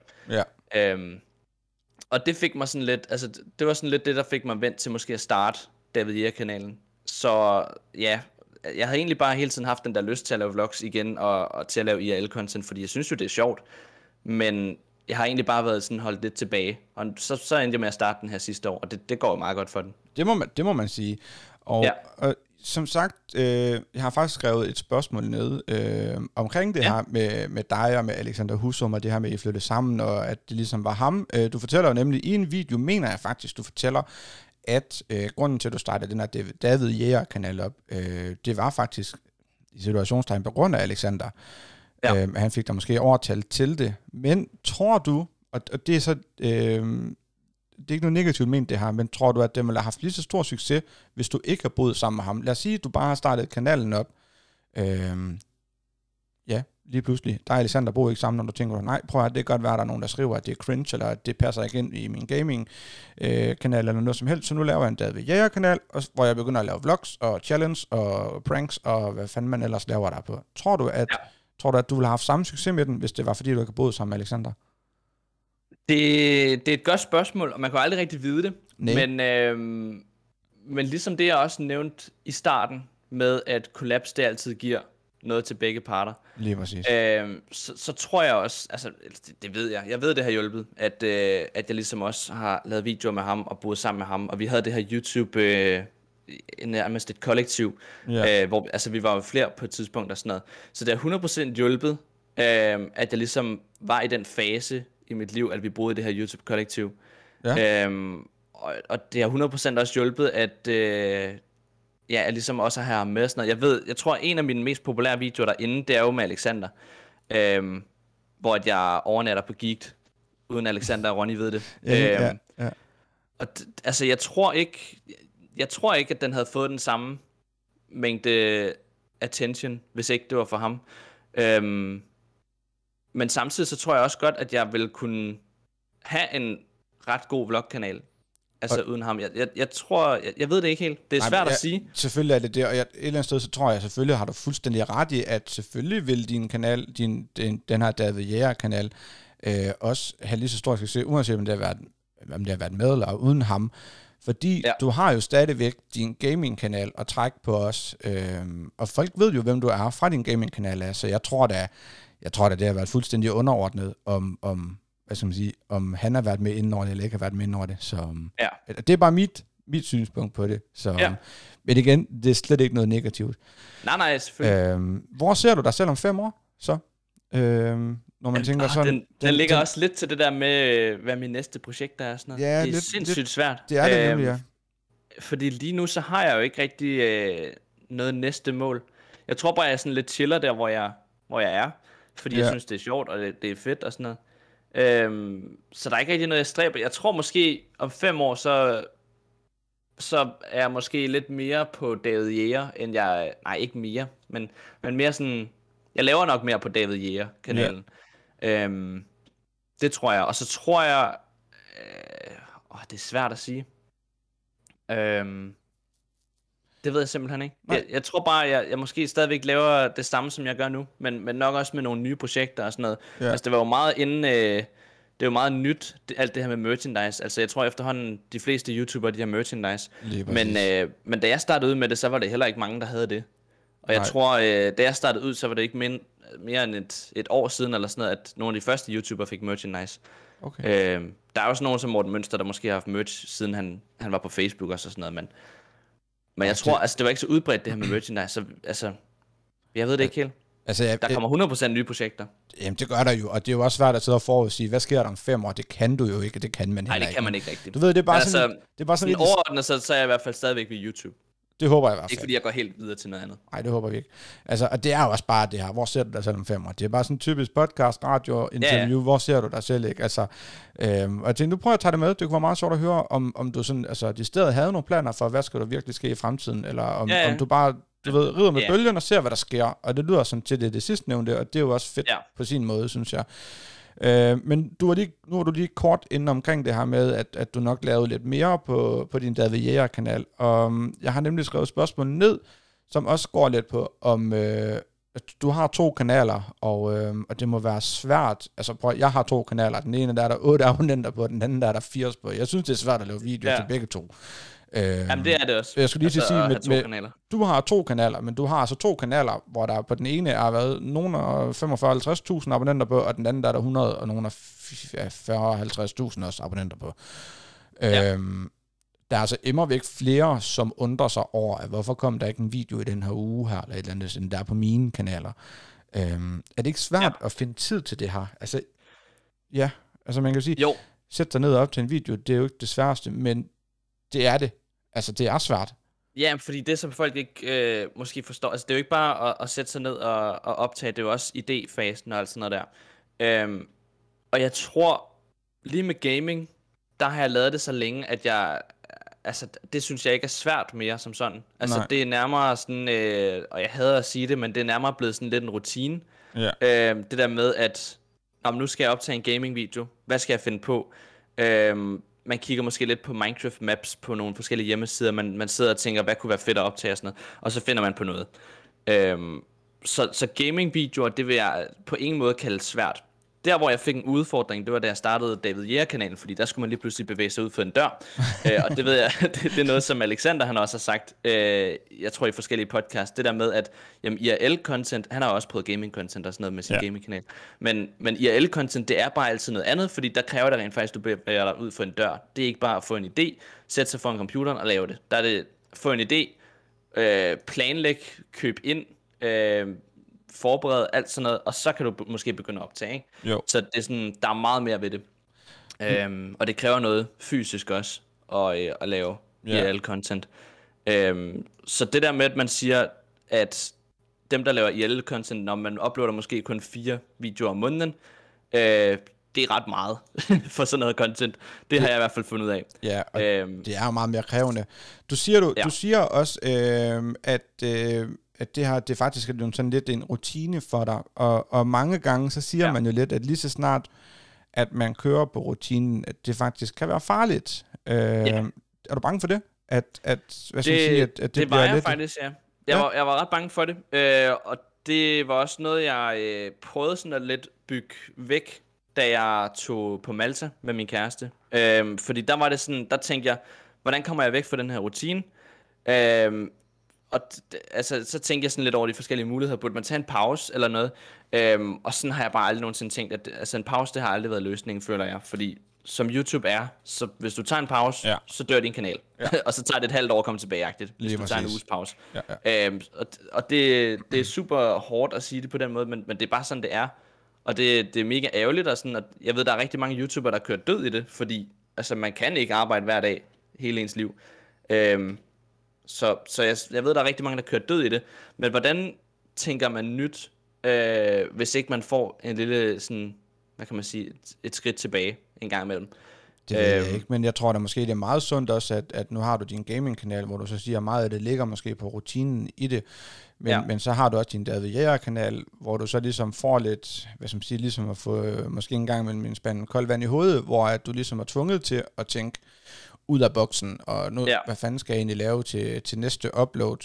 Og det fik mig sådan lidt, altså det var sådan lidt det, der fik mig vendt til måske at starte David Jæger-kanalen. Så ja, jeg havde egentlig bare hele tiden haft den der lyst til at lave vlogs igen, og til at lave IRL-content, fordi jeg synes jo, det er sjovt. Men jeg har egentlig bare været sådan holdt lidt tilbage. Og så endte jeg med at starte den her sidste år, og det går jo meget godt for den. Det må man sige. Og som sagt, jeg har faktisk skrevet et spørgsmål ned omkring det her med dig og med Alexander Husum, og det her med, at I flyttede sammen, og at det ligesom var ham. Du fortæller jo nemlig i en video, mener jeg faktisk, du fortæller, at grunden til, at du startede den her David Jæger-kanal op, det var faktisk i situationstegn på grund af Alexander. Ja. Han fik der måske overtalt til det. Men tror du, og det er så... det er ikke noget negativt ment det her, men tror du, at det ville have haft lige så stor succes, hvis du ikke har boet sammen med ham? Lad os sige, at du bare har startet kanalen op. Lige pludselig. Der er Alexander bor ikke sammen, når du tænker, nej, prøv at det kan godt være, at der er nogen, der skriver, at det er cringe, eller at det passer ikke ind i min gaming-kanal, eller noget som helst. Så nu laver jeg en David Jæger-kanal, hvor jeg begynder at lave vlogs, og challenge, og pranks, og hvad fanden man ellers laver der på. Tror du, at du ville have haft samme succes med den, hvis det var, fordi du ikke har boet sammen med Alexander? Det er et godt spørgsmål, og man kan jo aldrig rigtig vide det. Men ligesom det, jeg også nævnte i starten, med at kollaps det altid giver noget til begge parter. Lige præcis. Så tror jeg også, altså det ved jeg ved det har hjulpet, at jeg ligesom også har lavet videoer med ham og boet sammen med ham, og vi havde det her YouTube, nærmest et kollektiv, hvor altså vi var jo flere på et tidspunkt og sådan noget. Så det har 100% hjulpet, at jeg ligesom var i den fase i mit liv, at vi boede i det her YouTube-kollektiv. Ja. Og det har 100% også hjulpet, at jeg ligesom også har ham med sådan noget. Jeg tror, en af mine mest populære videoer derinde, det er jo med Alexander, hvor at jeg overnatter på Geeked, uden Alexander og Ronny ved det. Og altså, jeg tror ikke, at den havde fået den samme mængde attention, hvis ikke det var for ham. Men samtidig så tror jeg også godt, at jeg ville kunne have en ret god vlogkanal. Altså uden ham. Jeg tror, jeg ved det ikke helt. Det er svært at sige. Selvfølgelig er det det, og et eller andet sted, så tror jeg, selvfølgelig har du fuldstændig ret i, at selvfølgelig vil din kanal, den her David Jæger-kanal, også have lige så stor succes, uanset om det har været med eller uden ham. Fordi du har jo stadigvæk din gaming-kanal at trække på os, og folk ved jo, hvem du er fra din gaming-kanal. Så jeg tror da, det har været fuldstændig underordnet, hvad skal man sige, om han har været med inden over det, eller ikke har været med inden over det. Så det er bare mit synspunkt på det. Så, men igen, det er slet ikke noget negativt. Nej, selvfølgelig. Hvor ser du dig selv om 5 år, så? Når man tænker sådan... Den ligger også lidt til det der med, hvad min næste projekt er. Sådan noget. Ja, det er sindssygt svært. Det er det nemlig, ja. Fordi lige nu, så har jeg jo ikke rigtig noget næste mål. Jeg tror bare, jeg er sådan lidt chiller der, hvor jeg er. Fordi jeg synes, det er sjovt, og det er fedt og sådan noget. Så der er ikke rigtig noget, jeg stræber. Jeg tror måske, om 5 år, så er jeg måske lidt mere på David Jæger, end jeg... Nej, ikke mere, men mere sådan... Jeg laver nok mere på David Jæger-kanalen. Det tror jeg. Og så tror jeg... det er svært at sige. Det ved jeg simpelthen ikke. Jeg tror bare, jeg måske stadigvæk laver det samme, som jeg gør nu. Men nok også med nogle nye projekter og sådan noget. Ja. Altså, det var jo meget inden... det er jo meget nyt, alt det her med merchandise. Altså, jeg tror efterhånden, de fleste YouTubere, de har merchandise. Men da jeg startede ud med det, så var det heller ikke mange, der havde det. Og jeg tror, da jeg startede ud, så var det ikke mere end et år siden, eller sådan noget, at nogle af de første YouTubere fik merchandise. Okay. Der er også nogen som Morten Mønster, der måske har haft merch, siden han var på Facebook og sådan noget. Men jeg tror, altså, det var ikke så udbredt, det her med merchandise. Så, altså, jeg ved det ikke helt. Altså, der kommer 100% nye projekter. Jamen, det gør der jo, og det er jo også svært at sidde og forudsige, hvad sker der om 5 år? Det kan du jo ikke, det kan man heller ikke. Nej, det kan man ikke rigtigt. Du ved, det er bare sådan... Altså, det er bare sådan overordnet, så er jeg i hvert fald stadigvæk ved YouTube. Det håber jeg i hvert fald. Ikke fordi jeg går helt videre til noget andet. Nej, det håber vi ikke. Altså, og det er jo også bare det her, hvor ser du dig selv om 5 år? Det er bare sådan en typisk podcast, radio, interview, hvor ser du dig selv, ikke? Altså, og jeg tænkte, nu prøver jeg at tage det med. Det kunne være meget sjovt at høre, om du sådan, altså, de steder havde nogle planer for, hvad skal der virkelig ske i fremtiden, eller om du bare, du ved, rider med bølgen og ser, hvad der sker. Og det lyder sådan til det sidste nævnte, og det er jo også fedt på sin måde, synes jeg. Men nu var du lige kort inde omkring det her med, at du nok lavede lidt mere på din David Jæger-kanal. Og jeg har nemlig skrevet spørgsmål ned, som også går lidt på, om at du har 2 kanaler, og det må være svært. Altså prøv, jeg har 2 kanaler. Den ene, der er der 8 abonnenter på, den anden, der er der 80 på. Jeg synes, det er svært at lave videoer til begge 2. Jamen, det er det også. Jeg skulle lige sige, kanaler. Du har 2 kanaler, men du har altså 2 kanaler, hvor der på den ene er været nogen af 45-50.000 abonnenter på, og den anden der er der 100 og nogen af 40-50.000 også abonnenter på. Ja. Der er altså immervæk flere, som undrer sig over, at hvorfor kom der ikke en video i den her uge her, eller et eller andet, sådan der på mine kanaler. Er det ikke svært at finde tid til det her? Altså, ja, altså man kan sige, jo. Sæt dig ned og op til en video, det er jo ikke det sværeste, men det er det. Altså, det er svært. Ja, fordi det, som folk ikke måske forstår, altså det er jo ikke bare at sætte sig ned og optage, det er jo også idéfasen og alt sådan noget der. Og jeg tror, lige med gaming, der har jeg lavet det så længe, at altså, det synes jeg ikke er svært mere som sådan. Altså, Nej. Det er nærmere sådan, og jeg hader at sige det, men det er nærmere blevet sådan lidt en rutine. Ja. Det der med, at nu skal jeg optage en gaming-video. Hvad skal jeg finde på? Man kigger måske lidt på Minecraft Maps på nogle forskellige hjemmesider. Man sidder og tænker, hvad kunne være fedt at optage og sådan noget. Og så finder man på noget. Så gaming-videoer, det vil jeg på ingen måde kalde svært. Der, hvor jeg fik en udfordring, det var da jeg startede David Jæger-kanalen, fordi der skulle man lige pludselig bevæge sig ud for en dør. Og det ved jeg, det er noget, som Alexander han også har sagt, jeg tror i forskellige podcasts, det der med, at jamen, IRL-content, han har også prøvet gaming-content og sådan noget med sin gaming-kanal, men IRL-content, det er bare altid noget andet, fordi der kræver det rent faktisk, at du bevæger dig ud for en dør. Det er ikke bare at få en idé, sætte sig foran computeren og lave det. Der er det, få en idé, planlæg, køb ind, forberede alt sådan noget, og så kan du måske begynde at optage, ikke? Jo. Så det er sådan, der er meget mere ved det. Og det kræver noget fysisk også at lave IRL-content. Så det der med, at man siger, at dem, der laver IRL-content, når man uploader måske kun 4 videoer om måneden, det er ret meget for sådan noget content. Det har jeg i hvert fald fundet ud af. Ja, og det er jo meget mere krævende. Du siger også, at det her, det faktisk er sådan lidt en rutine for dig, og mange gange, så siger man jo lidt, at lige så snart, at man kører på rutinen, at det faktisk kan være farligt. Er du bange for det? At det var jeg lidt... faktisk, ja. Jeg var ret bange for det, og det var også noget, jeg prøvede sådan at lidt bygge væk, da jeg tog på Malta med min kæreste. Fordi der var det sådan, der tænkte jeg, hvordan kommer jeg væk fra den her rutine? Og altså, så tænkte jeg sådan lidt over de forskellige muligheder. Burde man tage en pause eller noget? Og sådan har jeg bare aldrig nogensinde tænkt, at altså, en pause, det har aldrig været løsningen, føler jeg. Fordi som YouTube er, så hvis du tager en pause, så dør din kanal. Ja. Og så tager det et halvt år at komme tilbage-agtigt, hvis du tager en uges pause. Ja. Og det er super hårdt at sige det på den måde, men det er bare sådan, det er. Og det er mega ærgerligt, og sådan, at jeg ved, der er rigtig mange YouTubere, der kører død i det, fordi altså, man kan ikke arbejde hver dag hele ens liv. Så jeg ved, der er rigtig mange, der kører død i det. Men hvordan tænker man nyt, hvis ikke man får en lille, sådan, hvad kan man sige, et skridt tilbage en gang imellem? Det ved jeg ikke, men jeg tror da måske, det er meget sundt også, at nu har du din gaming-kanal, hvor du så siger, meget af det ligger måske på rutinen i det. Men så har du også din David Jæger-kanal, hvor du så ligesom får lidt, hvad skal man sige, ligesom at få måske en gang med en spand koldt vand i hovedet, hvor at du ligesom er tvunget til at tænke ud af boksen, og nu, hvad fanden skal jeg egentlig lave til næste upload?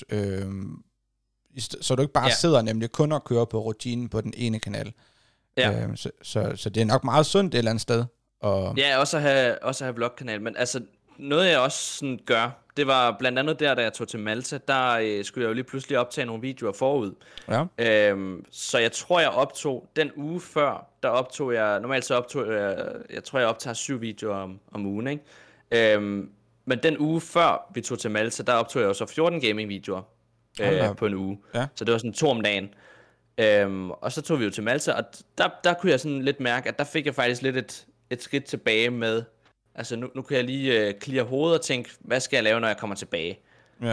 Så du ikke bare sidder nemlig kun og kører på rutinen på den ene kanal. Ja. Så det er nok meget sundt et eller andet sted. Ja, også at have vlog-kanal, men altså noget jeg også sådan gør, det var blandt andet da jeg tog til Malta, der skulle jeg jo lige pludselig optage nogle videoer forud. Ja. Så jeg tror jeg optog den uge før, der optog jeg, normalt så optog jeg tror jeg optager 7 videoer om ugen, ikke? Men den uge før vi tog til Malta, der optog jeg jo så 14 gaming-videoer på en uge. Ja. Så det var sådan 2 om dagen. Og så tog vi jo til Malta, og der kunne jeg sådan lidt mærke, at der fik jeg faktisk lidt et skridt tilbage med, altså nu kan jeg lige clear hovedet og tænke, hvad skal jeg lave, når jeg kommer tilbage? Ja.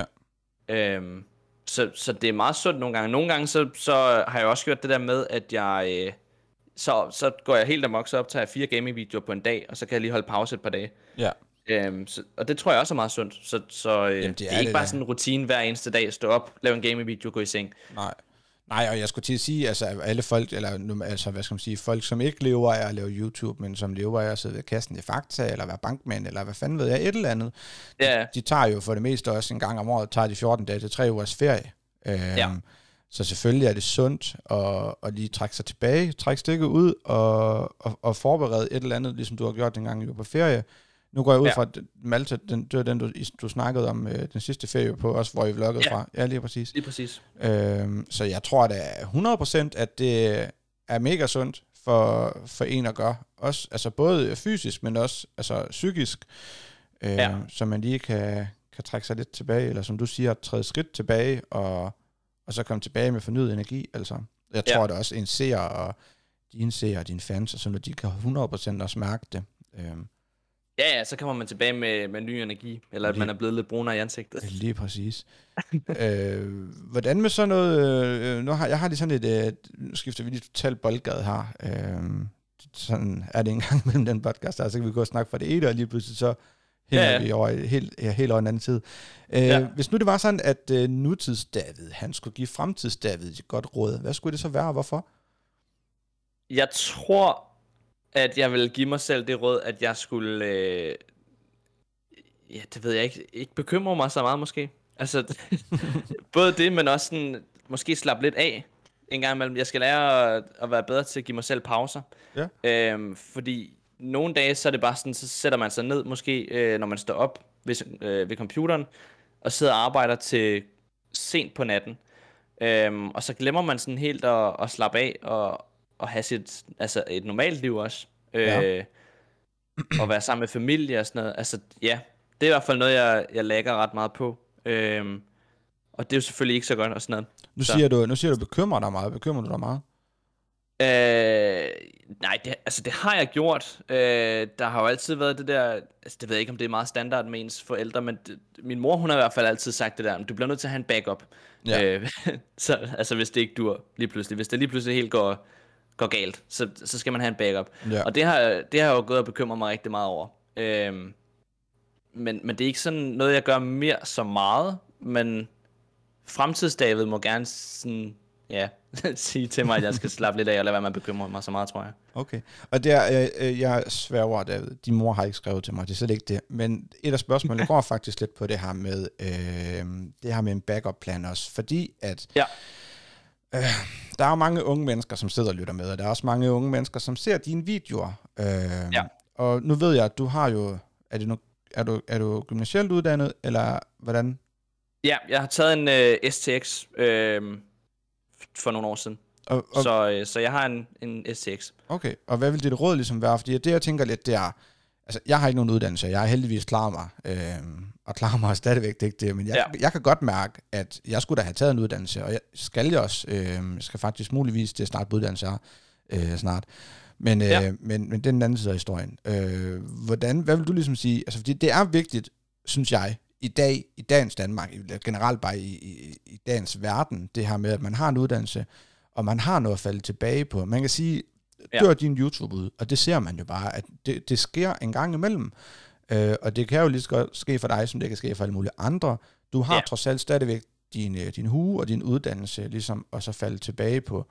Så det er meget sundt nogle gange. Nogle gange så har jeg også gjort det der med, at jeg så går jeg helt amok, så optager jeg 4 gaming-videoer på en dag, og så kan jeg lige holde pause et par dage. Ja. Og det tror jeg også er meget sundt. Så jamen, det er ikke bare sådan en rutine hver eneste dag, stå op, lave en gaming-video, gå i seng. Nej, og jeg skulle til at sige, altså alle folk, altså hvad skal man sige, folk som ikke lever af at lave YouTube, men som lever af at sidde ved kassen i Fakta, eller være bankmand, eller hvad fanden ved jeg, et eller andet. De tager jo for det meste også en gang om året, tager de 14 dage til 3 ugers ferie. Så selvfølgelig er det sundt at lige trække sig tilbage, trække stikket ud, og forberede et eller andet, ligesom du har gjort dengang, du var på ferie. Nu går jeg ud fra, at Malta, det var den, du snakkede om den sidste ferie på, også hvor I vloggede fra. Ja, lige præcis. Lige præcis. Så jeg tror da 100%, at det er mega sundt for en at gøre. Også, altså både fysisk, men også altså psykisk. Så man lige kan trække sig lidt tilbage, eller som du siger, træde skridt tilbage, og så komme tilbage med fornyet energi. Altså, jeg tror, det også en seer, og dine fans, og sådan, at de kan 100% også mærke det. Ja, så kommer man tilbage med ny energi, eller at man er blevet lidt brunere i ansigtet. Lige præcis. Hvordan med sådan noget, jeg har lige sådan et, nu skifter vi lige totalt boldgade her, sådan er det en gang mellem den podcast, så kan vi gå og snakke fra det ene, og lige pludselig så hænger vi over helt over en anden tid. Hvis nu det var sådan, at nutids-David, han skulle give fremtids-David et godt råd, hvad skulle det så være, og hvorfor? Jeg tror, at jeg vil give mig selv det råd, at jeg skulle, det ved jeg ikke bekymre mig så meget måske. Altså, både det, men også sådan, måske slappe lidt af en gang imellem. Jeg skal lære at være bedre til at give mig selv pauser. Ja. Fordi nogle dage, så er det bare sådan, så sætter man sig ned måske, når man står op ved computeren, og sidder og arbejder til sent på natten. Og så glemmer man sådan helt at slappe af og have et normalt liv også. Og være sammen med familie og sådan noget. Altså, ja, det er i hvert fald noget, jeg lægger ret meget på. Og det er jo selvfølgelig ikke så godt og sådan noget. Nu siger du bekymrer dig meget. Bekymrer du dig meget? Nej, det har jeg gjort. Der har jo altid været det der, altså det ved jeg ikke, om det er meget standard med ens forældre, men min mor, hun har i hvert fald altid sagt det der, du bliver nødt til at have en backup. Ja. Så altså, hvis det ikke dur lige pludselig, hvis det lige pludselig helt går galt, så skal man have en backup. Ja. Og det har jeg jo gået og bekymret mig rigtig meget over. Men det er ikke sådan noget, jeg gør mere så meget, men fremtids-David må gerne sådan, sige til mig, at jeg skal slappe lidt af og lade være med at bekymre mig så meget, tror jeg. Okay, og der, jeg sværger, David, din mor har ikke skrevet til mig, det er slet ikke det, men et af spørgsmålene går faktisk lidt på det her med en backup-plan også, fordi at der er jo mange unge mennesker, som sidder og lytter med, og der er også mange unge mennesker, som ser dine videoer, og nu ved jeg, at du har jo, er du gymnasielt uddannet, eller hvordan? Ja, jeg har taget en STX for nogle år siden. Så jeg har en STX. Okay, og hvad vil dit råd ligesom være? Fordi det, jeg tænker lidt, det er, altså jeg har ikke nogen uddannelse, jeg har heldigvis klaret mig, og klarer mig stadigvæk, det er ikke det, men jeg kan godt mærke, at jeg skulle da have taget en uddannelse, og jeg skal også, skal faktisk muligvis, det er snart på uddannelse her, snart. Men det er den anden side af historien. Hvad vil du ligesom sige? Altså, fordi det er vigtigt, synes jeg, i dagens Danmark, generelt bare i dagens verden, det her med, at man har en uddannelse, og man har noget at falde tilbage på. Man kan sige, dør din YouTube ud, og det ser man jo bare, at det sker en gang imellem. Og det kan jo lige så godt ske for dig, som det kan ske for alle mulige andre. Du har trods alt stadigvæk din hue og din uddannelse, ligesom, og så falde tilbage på.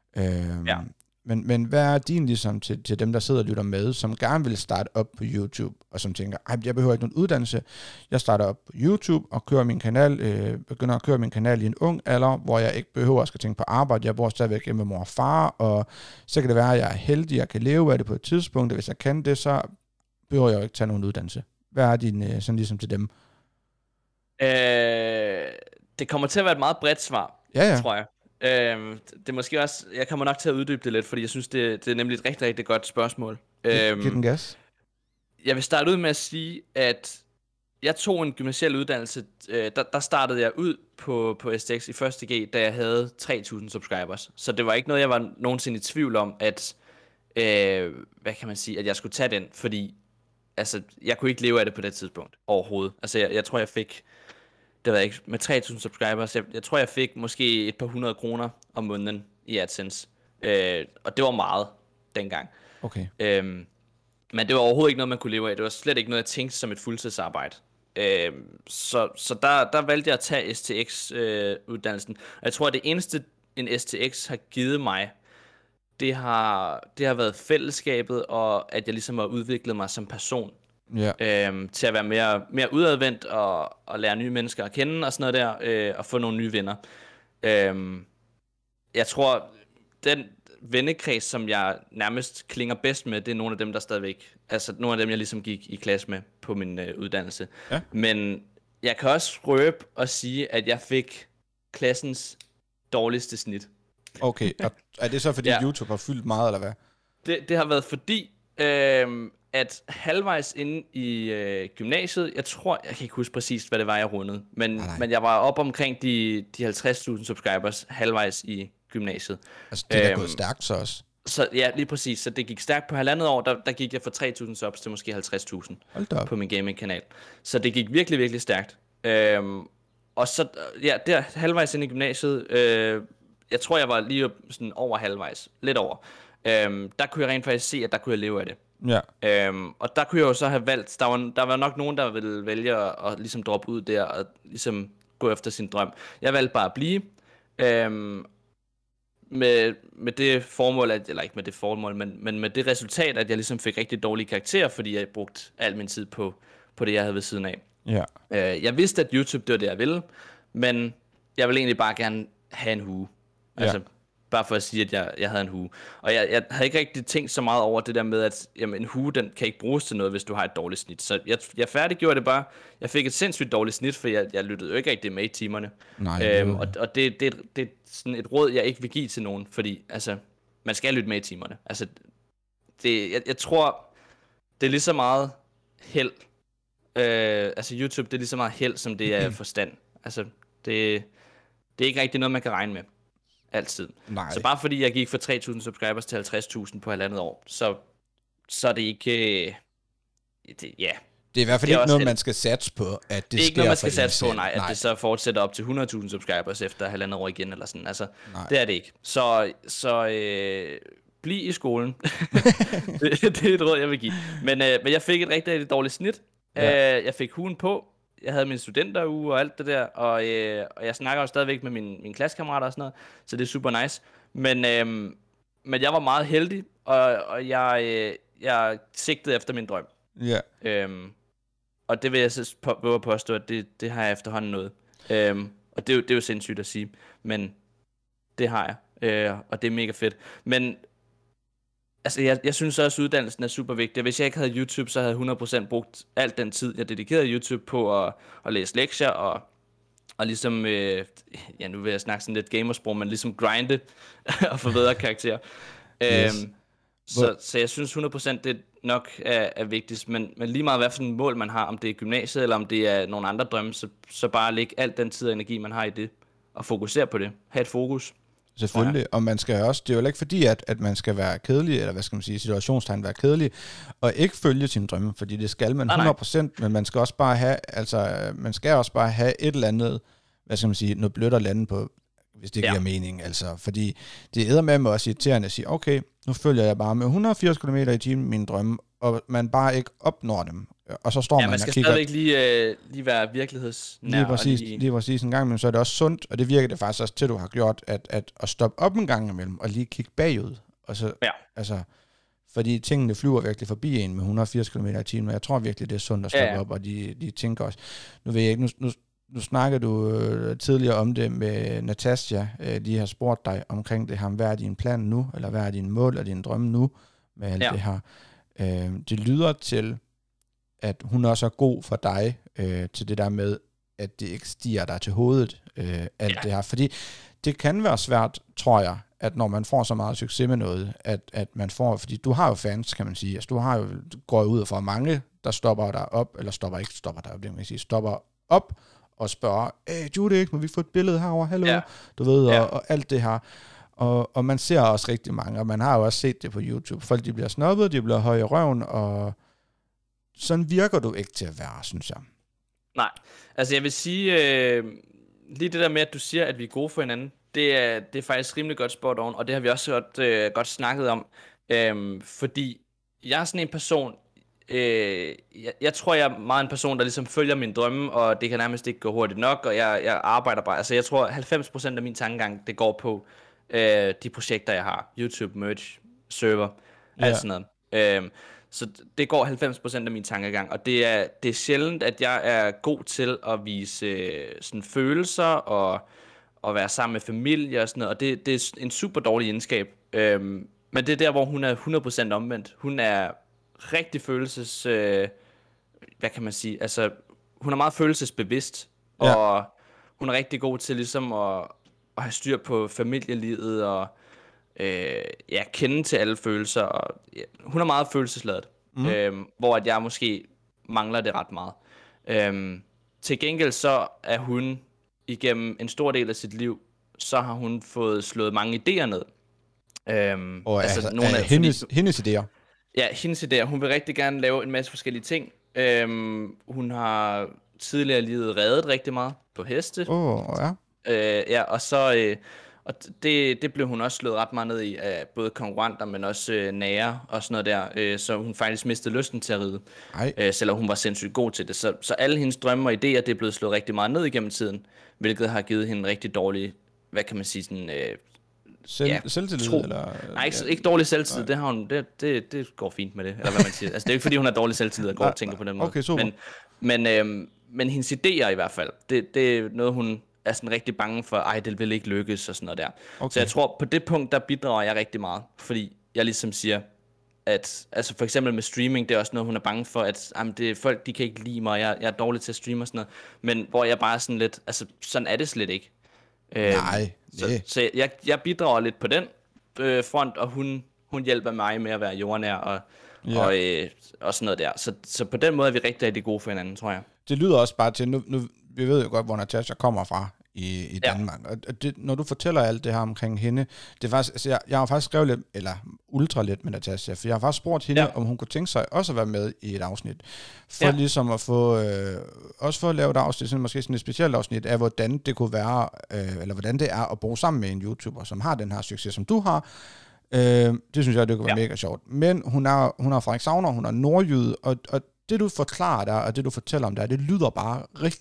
Men hvad er din ligesom til dem, der sidder og lytter med, som gerne vil starte op på YouTube, og som tænker, jeg behøver ikke nogen uddannelse, jeg starter op på YouTube og kører min kanal, begynder at køre min kanal i en ung alder, hvor jeg ikke behøver at skal tænke på arbejde, jeg bor stadigvæk hjemme med mor og far, og så kan det være, at jeg er heldig, jeg kan leve af det på et tidspunkt, og hvis jeg kan det, så behøver jeg jo ikke tage nogen uddannelse. Hvad er din sådan ligesom til dem? Det kommer til at være et meget bredt svar, tror jeg. Det er måske også, jeg kommer nok til at uddybe det lidt, fordi jeg synes, det er nemlig et rigtig, rigtig godt spørgsmål. Giv den gas. Jeg vil starte ud med at sige, at jeg tog en gymnasiel uddannelse, der startede jeg ud på STX i 1.G, da jeg havde 3.000 subscribers. Så det var ikke noget, jeg var nogensinde i tvivl om, at, hvad kan man sige, at jeg skulle tage den, fordi altså, jeg kunne ikke leve af det på det tidspunkt overhovedet. Altså, jeg tror, jeg fik, det ved jeg ikke, med 3.000 subscribers, jeg tror, jeg fik måske et par 100 kroner om måneden i AdSense. Og det var meget dengang. Okay. Men det var overhovedet ikke noget, man kunne leve af. Det var slet ikke noget, jeg tænkte som et fuldtidsarbejde. Så der valgte jeg at tage STX-uddannelsen. Og jeg tror, at det eneste, en STX har givet mig, det har været fællesskabet, og at jeg ligesom har udviklet mig som person. Til at være mere udadvendt og lære nye mennesker at kende og sådan noget der, og få nogle nye venner. Jeg tror, vennekreds, som jeg nærmest klinger bedst med, det er nogle af dem, der stadigvæk, altså nogle af dem, jeg ligesom gik i klasse med på min uddannelse. Ja. Men jeg kan også røbe og sige, at jeg fik klassens dårligste snit. Okay, og er det så fordi YouTube har fyldt meget, eller hvad? Det har været fordi, at halvvejs inde i gymnasiet, jeg kan ikke huske præcis, hvad det var, jeg rundede, men jeg var op omkring de 50.000 subscribers halvvejs i gymnasiet. Altså det er gået stærkt så også. Så ja, lige præcis. Så det gik stærkt på 1,5 år, der gik jeg fra 3.000 subs til måske 50.000 på min gaming-kanal. Så det gik virkelig, virkelig stærkt. Og så, ja, der halvvejs inde i gymnasiet, jeg tror, jeg var lige sådan over halvvejs, lidt over. Der kunne jeg rent faktisk se, at der kunne jeg leve af det. Ja. Og der kunne jeg jo så have valgt, der var nok nogen, der ville vælge at ligesom droppe ud der, og ligesom gå efter sin drøm. Jeg valgte bare at blive, med det formål, eller ikke med det formål, men med det resultat, at jeg ligesom fik rigtig dårlige karakterer, fordi jeg brugte al min tid på det, jeg havde ved siden af. Ja. Jeg vidste, at YouTube, det var det, jeg ville, men jeg ville egentlig bare gerne have en hue. Altså, bare for at sige, at jeg havde en hue. Og jeg havde ikke rigtig tænkt så meget over det der med, at jamen, en hue, den kan ikke bruges til noget, hvis du har et dårligt snit. Så jeg færdiggjorde det bare. Jeg fik et sindssygt dårligt snit, for jeg lyttede jo ikke rigtig med i timerne. Nej, og det er sådan et råd, jeg ikke vil give til nogen, fordi altså, man skal lytte med i timerne. Altså, jeg tror, det er lige så meget held. Altså YouTube, det er lige så meget held, som det er forstand. Altså, det er ikke rigtig noget, man kan regne med. Altid. Nej. Så bare fordi jeg gik fra 3.000 subscribers til 50.000 på 1,5 år, så er det ikke... Det er i hvert fald ikke noget, man skal satse på, at det sker. Det er ikke noget, man skal satse på, nej. At det så fortsætter op til 100.000 subscribers efter 1,5 år igen, eller sådan. Altså, det er det ikke. Så bliv i skolen. det er et råd, jeg vil give. Men jeg fik et rigtig, rigtig dårligt snit. Ja. Jeg fik huen på. Jeg havde min studenteruge og alt det der, og jeg snakker jo stadigvæk med mine klassekammerater og sådan noget, så det er super nice. Men jeg var meget heldig, og jeg sigtede efter min drøm. Ja. Og det vil jeg så våge at påstå, at det har jeg efterhånden nået. Og det er jo sindssygt at sige, men det har jeg, og det er mega fedt. Men altså, jeg synes også, at uddannelsen er super vigtig. Hvis jeg ikke havde YouTube, så havde jeg 100% brugt alt den tid, jeg dedikerede YouTube på at læse lektier og ligesom, nu vil jeg snakke sådan lidt gamersprog, men ligesom grinde og forbedre karakterer. Yes. Så jeg synes 100% det nok er vigtigst, men lige meget hvad for en mål man har, om det er gymnasiet eller om det er nogle andre drømme, så bare læg alt den tid og energi, man har i det, og fokusere på det. Ha' et fokus. Selvfølgelig, og man skal også, det er jo ikke fordi, at man skal være kedelig, eller hvad skal man sige, situationstegn være kedelig, og ikke følge sine drømme, fordi det skal man 100%, men man skal også bare have, et eller andet, hvad skal man sige, noget blødt at lande på, hvis det giver mening, altså, fordi det er med mig også irriterende at sige, okay, nu følger jeg bare med 180 km i timen mine drømme, og man bare ikke opnår dem, og så står man og kigger. Ja, man skal stadigvæk lige være virkelighedsnær. Lige præcis en gang, men så er det også sundt, og det virker det faktisk også til, du har gjort, at stoppe op en gang imellem, og lige kigge bagud, og så, altså, fordi tingene flyver virkelig forbi en med 180 km i timen, og jeg tror virkelig, det er sundt at stoppe op, og de tænker også, nu ved jeg ikke, nu snakker du tidligere om det med Natasja, de har spurgt dig omkring det her, hvad er din plan nu, eller hvad er din mål og din drømme nu, med alt det her. Det lyder til, at hun også er god for dig, til det der med, at det ikke stiger dig til hovedet, alt det her. Fordi det kan være svært, tror jeg, at når man får så meget succes med noget, at man får, fordi du har jo fans, kan man sige, altså du har jo gået ud for mange, der stopper dig op, eller stopper op, og spørger, Judy, må vi få et billede herover, hallo, du ved, og alt det her. Og man ser også rigtig mange, og man har jo også set det på YouTube. Folk, de bliver snobbet, de bliver høje i røven, og sådan virker du ikke til at være, synes jeg. Nej, altså jeg vil sige, lige det der med, at du siger, at vi er gode for hinanden, det er faktisk rimelig godt spot on, og det har vi også godt snakket om, fordi jeg er sådan en person, jeg tror, jeg er meget en person, der ligesom følger min drømme, og det kan nærmest ikke gå hurtigt nok, og jeg arbejder bare, altså jeg tror 90% af min tankegang, det går på de projekter, jeg har, YouTube, merch, server, alt sådan noget. Så det går 90% af min tankegang, og det er sjældent, at jeg er god til at vise sådan følelser, og være sammen med familie og sådan noget, og det er en super dårlig egenskab, Men det er der, hvor hun er 100% omvendt. Hun er rigtig hvad kan man sige, altså, hun er meget følelsesbevidst, og hun er rigtig god til ligesom at have styr på familielivet, og kende til alle følelser, og hun er meget følelsesladet, hvor at jeg måske mangler det ret meget. Til gengæld så er hun igennem en stor del af sit liv, så har hun fået slået mange idéer ned. Nogle af hendes idéer? Ja, hendes idéer. Hun vil rigtig gerne lave en masse forskellige ting. Hun har tidligere i livet reddet rigtig meget på heste. Og så og det blev hun også slået ret meget ned i af både konkurrenter, men også nære og sådan noget der. Så hun faktisk mistede lysten til at ride, selvom hun var sindssygt god til det. Så alle hendes drømme og idéer, det er blevet slået rigtig meget ned igennem tiden, hvilket har givet hende en rigtig dårlig, hvad kan man sige, sådan... selvtillid? Eller? Nej, ikke dårlig selvtillid. Det har hun, det går fint med det, eller hvad man siger. Altså, det er ikke fordi, hun har dårlig selvtillid og går og tænker på den måde. Okay, super. Men hendes idéer i hvert fald, det er noget, hun er sådan rigtig bange for, det vil ikke lykkes og sådan noget der. Okay. Så jeg tror, på det punkt, der bidrager jeg rigtig meget, fordi jeg ligesom siger, at altså for eksempel med streaming, det er også noget, hun er bange for, at folk, de kan ikke lide mig, jeg er dårlig til at streame og sådan noget, men hvor jeg bare sådan lidt, altså sådan er det slet ikke. Så jeg bidrager lidt på den front, og hun hjælper mig med at være jordnær og sådan noget der. Så på den måde er vi rigtig, rigtig gode for hinanden, tror jeg. Det lyder også bare til, nu vi ved jo godt, hvor Natasha kommer fra i Danmark. Og det, når du fortæller alt det her omkring hende, det er faktisk, altså jeg har faktisk skrevet lidt, eller ultra lidt med Natasha, for jeg har faktisk spurgt hende, om hun kunne tænke sig også at være med i et afsnit. For ligesom at få, også for at lave et afsnit, sådan, måske sådan et specielt afsnit af, hvordan det kunne være, eller hvordan det er at bo sammen med en YouTuber, som har den her succes, som du har. Det synes jeg, det kunne være mega sjovt. Men hun er Frederikshavner, hun er nordjyde, og det du forklarer der, og det du fortæller om der, det lyder bare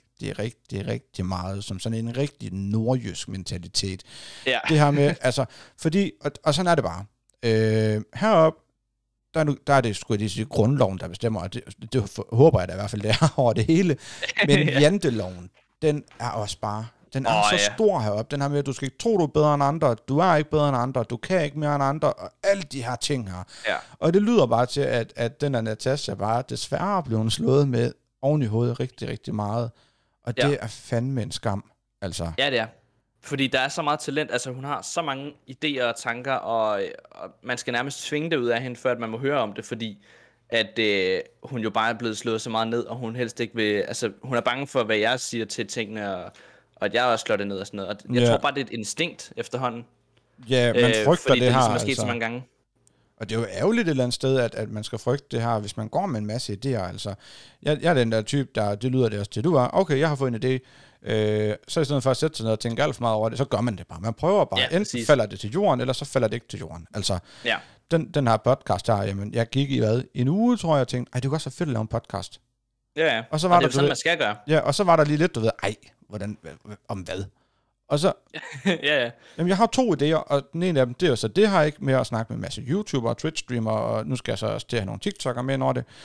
rigtig meget som sådan en rigtig nordjysk mentalitet. Ja. Det her med, altså, fordi, og sådan er det bare. Heroppe, der er det sgu de grundloven, der bestemmer, og det håber jeg da i hvert fald, det er over det hele. Men janteloven, den er også bare, den er så stor heroppe, den her med, at du skal ikke tro, du er bedre end andre, du er ikke bedre end andre, du kan ikke mere end andre, og alle de her ting her. Ja. Og det lyder bare til, at den der Natasha bare desværre blev slået med oven i hovedet rigtig meget. Og det er fandme en skam, altså. Ja, det er. Fordi der er så meget talent, altså hun har så mange idéer og tanker, og man skal nærmest tvinge det ud af hende, før at man må høre om det, fordi at hun jo bare er blevet slået så meget ned, og hun helst ikke vil, altså hun er bange for, hvad jeg siger til tingene, og at jeg også slår det ned og sådan noget. Og jeg tror bare, det er et instinkt efterhånden. Ja, man frygter fordi det her, ligesom er sket så mange gange. Og det er jo ærgerligt et eller andet sted, at man skal frygte det her, hvis man går med en masse idéer. Altså, jeg er den der type, det lyder det også til, du er. Okay, jeg har fået en idé. Så i stedet for at sætte sig ned og tænke alt for meget over det, så gør man det bare. Man prøver bare. Enten præcis. Falder det til jorden, eller så falder det ikke til jorden. Altså, den her podcast her, jamen, jeg gik i en uge, tror jeg, og tænkte, det kunne også være fedt at lave en podcast. Ja, og så var og det er jo sådan, man skal gøre. Ja, og så var der lige lidt, du ved, hvordan, om hvad? Og så, jamen jeg har 2 idéer, og den ene af dem, det er jo så, det har jeg ikke med at snakke med en masse YouTuber og Twitch-streamer, og nu skal jeg så også til at have nogle TikTok'ere med over det.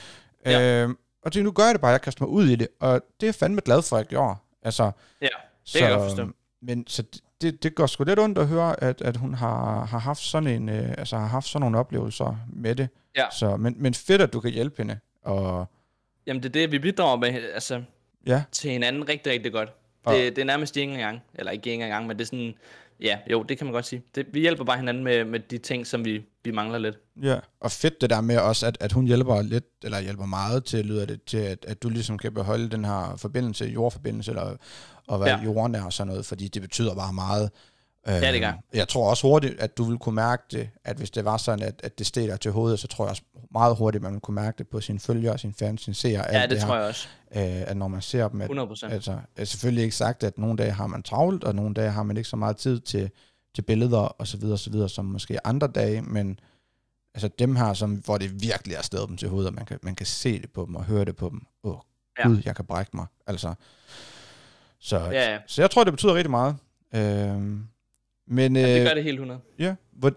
Og nu gør jeg det bare, jeg kaster mig ud i det, og det er jeg fandme glad for, at jeg gjorde. Altså, det kan jeg godt forstå. Men så det går sgu lidt ondt at høre, at hun har haft sådan en, har haft sådan nogle oplevelser med det. Ja. Så, men fedt, at du kan hjælpe hende. Og jamen det er det, vi bidrager med, altså, til hinanden rigtig, rigtig godt. Det er nærmest ikke engang, eller ikke engang, men det er sådan, det kan man godt sige. Vi hjælper bare hinanden med de ting, som vi mangler lidt. Ja, og fedt det der med også, at hun hjælper lidt, eller hjælper meget til, lyder det til, at du ligesom kan beholde den her forbindelse, jordforbindelse, eller at være jordnær og sådan noget, fordi det betyder bare meget. Ja, det gør. Jeg tror også hurtigt, at du vil kunne mærke det, at hvis det var sådan, at det steg der til hovedet, så tror jeg også meget hurtigt, at man vil kunne mærke det på sine følgere, sine fans, sine seere. Ja, det tror jeg også. At når man ser dem, 100%. Altså, selvfølgelig ikke sagt, at nogle dage har man travlt, og nogle dage har man ikke så meget tid til billeder og så videre, som måske andre dage, men altså dem her, hvor det virkelig er stedet dem til hovedet, og man kan se det på dem og høre det på dem. Gud, jeg kan brække mig. Altså. Så jeg tror, det betyder rigtig meget. Men, det gør det helt 100. Ja,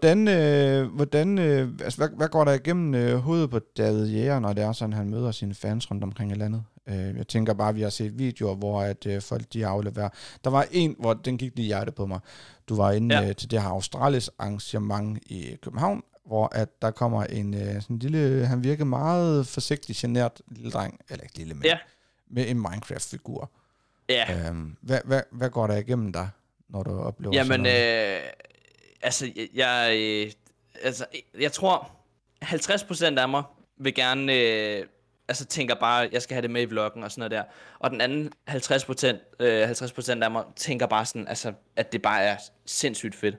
altså, hvad går der igennem hovedet på David Jæger, når det er sådan, han møder sine fans rundt omkring i landet? Jeg tænker bare, at vi har set videoer, hvor at folk de afleverer. Der var en, hvor den gik lige i hjertet på mig. Du var inde til det her Australis arrangement i København, hvor at der kommer en sådan lille, han virker meget forsigtig, genert lille dreng, eller ikke lille, men med en Minecraft-figur. Ja. Hvad går der igennem dig, når du oplever Jamen, sådan noget? Jeg tror, 50% af mig vil gerne, tænker bare, jeg skal have det med i vloggen og sådan noget der. Og den anden 50% af mig tænker bare sådan, altså, at det bare er sindssygt fedt.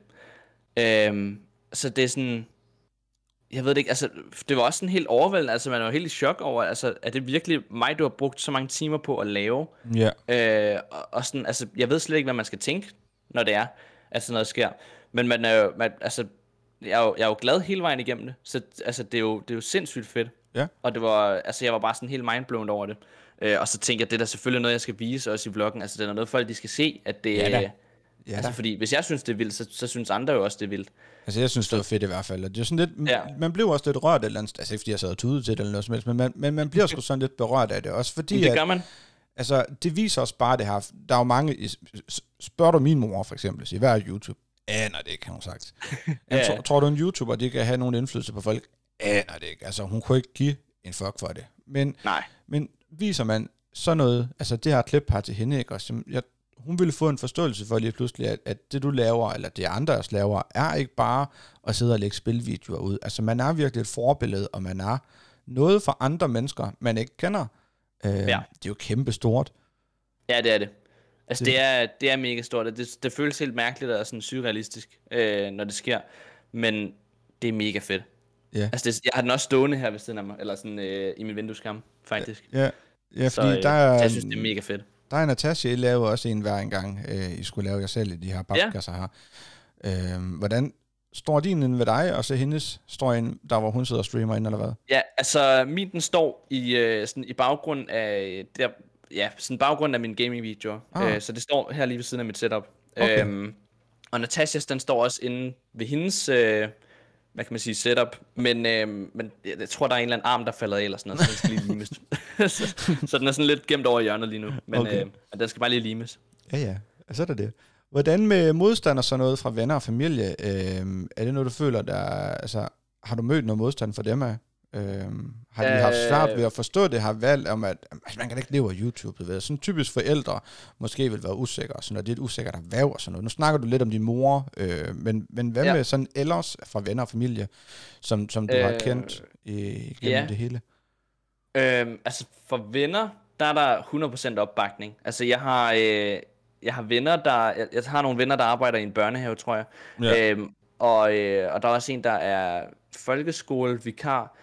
Så det er sådan, jeg ved det ikke, altså, det var også sådan helt overvældende, altså man var helt i chok over, altså, er det virkelig mig, du har brugt så mange timer på at lave? Ja. Og sådan, altså, jeg ved slet ikke, hvad man skal tænke, når det er, at sådan noget sker. Men man er jo, jeg er jo glad hele vejen igennem det, så altså, det er jo sindssygt fedt. Ja. Og det var, altså, jeg var bare sådan helt mindblown over det. Og så tænkte jeg, det er da selvfølgelig noget, jeg skal vise også i vloggen, altså, det er noget, folk de skal se, at det altså, fordi hvis jeg synes, det er vildt, så synes andre jo også, det er vildt. Altså, jeg synes, det var fedt i hvert fald. Det er sådan lidt, man blev også lidt rørt et eller andet, altså ikke fordi jeg sad og tudede til det eller noget som helst, men man bliver sgu sådan lidt berørt af det også, fordi det gør man. Altså, det viser også bare det her, der er jo mange, spørger du min mor for eksempel, siger, hvad er YouTube? Aner det ikke, har hun sagt. Tror du en YouTuber, de kan have nogen indflydelse på folk? Aner det ikke. Altså, hun kunne ikke give en fuck for det. Men viser man så noget, altså det her klip her til hende, ikke også, hun ville få en forståelse for lige pludselig, at det du laver, eller det andre også laver, er ikke bare at sidde og lægge spilvideoer ud. Altså man er virkelig et forbillede, og man er noget for andre mennesker, man ikke kender. Det er jo kæmpe stort. Ja, det er det. Altså det er mega stort, og det føles helt mærkeligt og sådan surrealistisk, når det sker. Men det er mega fedt. Yeah. Altså jeg har den også stående her ved siden af mig, eller sådan i min vindueskarm, faktisk. Ja, fordi så, jeg synes, det er mega fedt. Der er Natasha, I laver også en hver en gang, I skulle lave jer selv i de her papkasser her. Hvordan står din inde ved dig, og så hendes står inde, der hvor hun sidder og streamer inde, eller hvad? Ja, altså min den står sådan i baggrund af, sådan baggrund af mine gaming-videoer. Så det står her lige ved siden af mit setup. Okay. Og Natashas, den står også inde ved hendes, hvad kan man sige, setup. Men jeg tror, der er en eller anden arm, der falder af, eller sådan noget, så den skal lige limes. så den er sådan lidt gemt over i hjørnet lige nu. Men den skal bare lige limes. Ja, så er det. Hvordan med modstand og sådan noget fra venner og familie? Er det noget, du føler, altså, har du mødt noget modstand fra dem af? Har de haft svært ved at forstå det her valg om, at man kan ikke leve af YouTube? Ved. Sådan typisk forældre måske vil være usikre, sådan, og det er et usikkert erhverv og sådan noget. Nu snakker du lidt om din mor, men hvad med sådan ellers fra venner og familie, som du har kendt igennem det hele? Altså for venner, der er der 100% opbakning. Altså jeg har venner, jeg har nogle venner, der arbejder i en børnehave, tror jeg. Ja. Og der er også en, der er folkeskolevikar.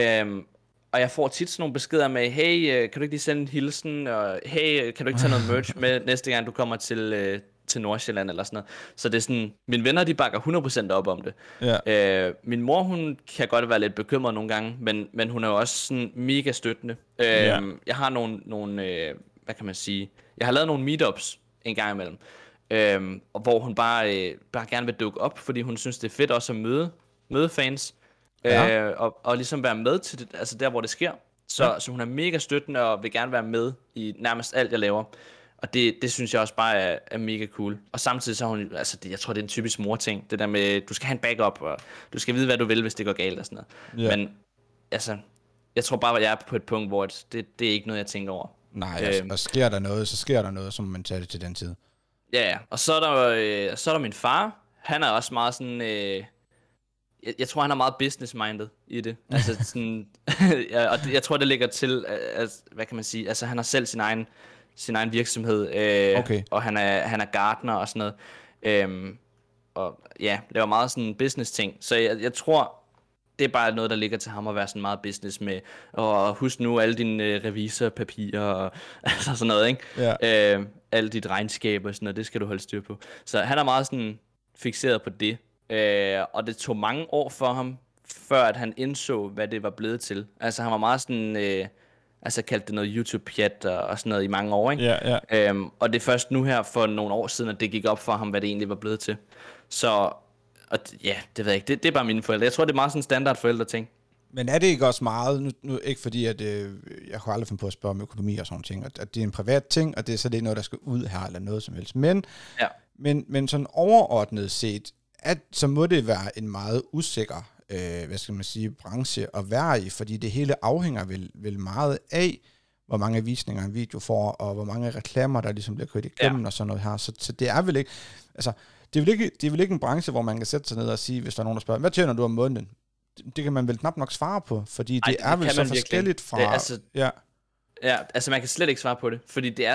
Og jeg får tit sådan nogle beskeder med, hey, kan du ikke lige sende en hilsen? Og hey, kan du ikke tage noget merch med næste gang, du kommer til Nordsjælland eller sådan noget. Så det er sådan, mine venner, de bakker 100% op om det. Ja. Min mor, hun kan godt være lidt bekymret nogle gange, men hun er jo også sådan mega støttende. Jeg har nogle hvad kan man sige, jeg har lavet nogle meetups en gang imellem, og hvor hun bare gerne vil dukke op, fordi hun synes, det er fedt også at møde fans, og ligesom være med til det, altså der, hvor det sker. Så hun er mega støttende og vil gerne være med i nærmest alt, jeg laver. Og det synes jeg også bare er mega cool. Og samtidig så har hun, altså jeg tror, det er en typisk mor-ting. Det der med, du skal have en backup, og du skal vide, hvad du vil, hvis det går galt og sådan noget. Ja. Men altså, jeg tror bare, at jeg er på et punkt, hvor det er ikke noget, jeg tænker over. Nej, og sker der noget, så sker der noget, så må man tage det til den tid. Ja, og så er der min far. Han er også meget sådan, jeg tror, han er meget business-minded i det. Altså sådan, og jeg tror, det ligger til, hvad kan man sige, altså han har selv sin egen virksomhed, og han er gartner og sådan noget. Og ja, det var meget sådan en business-ting. Så jeg tror, det er bare noget, der ligger til ham at være sådan meget business med, og husk nu alle dine revisorpapirer og altså sådan noget, ikke? Ja. Alle dit regnskab og sådan noget, det skal du holde styr på. Så han er meget sådan fikseret på det. Og det tog mange år for ham, før at han indså, hvad det var blevet til. Altså han var meget sådan, altså kaldt det noget YouTube-pjat og sådan noget i mange år, ikke? Ja. Og det er først nu her for nogle år siden, at det gik op for ham, hvad det egentlig var blevet til. Så, ja, det ved jeg ikke. Det er bare mine forældre. Jeg tror, det er meget sådan standard forældre-ting. Men er det ikke også meget, nu ikke fordi, at jeg kunne aldrig finde på at spørge om økonomi og sådan ting, at det er en privat ting, og det er så det er noget, der skal ud her, eller noget som helst. Men sådan overordnet set, så må det være en meget usikker, hvad skal man sige, branche at være i, fordi det hele afhænger vel meget af, hvor mange visninger en video får, og hvor mange reklamer, der ligesom bliver kørt igennem og sådan noget her. Så det er vel ikke, altså, det er vel ikke en branche, hvor man kan sætte sig ned og sige, hvis der er nogen, der spørger, hvad tjener du om måneden? Det kan man vel knap nok svare på, fordi det er vel så forskelligt fra... Ja, altså man kan slet ikke svare på det, fordi det er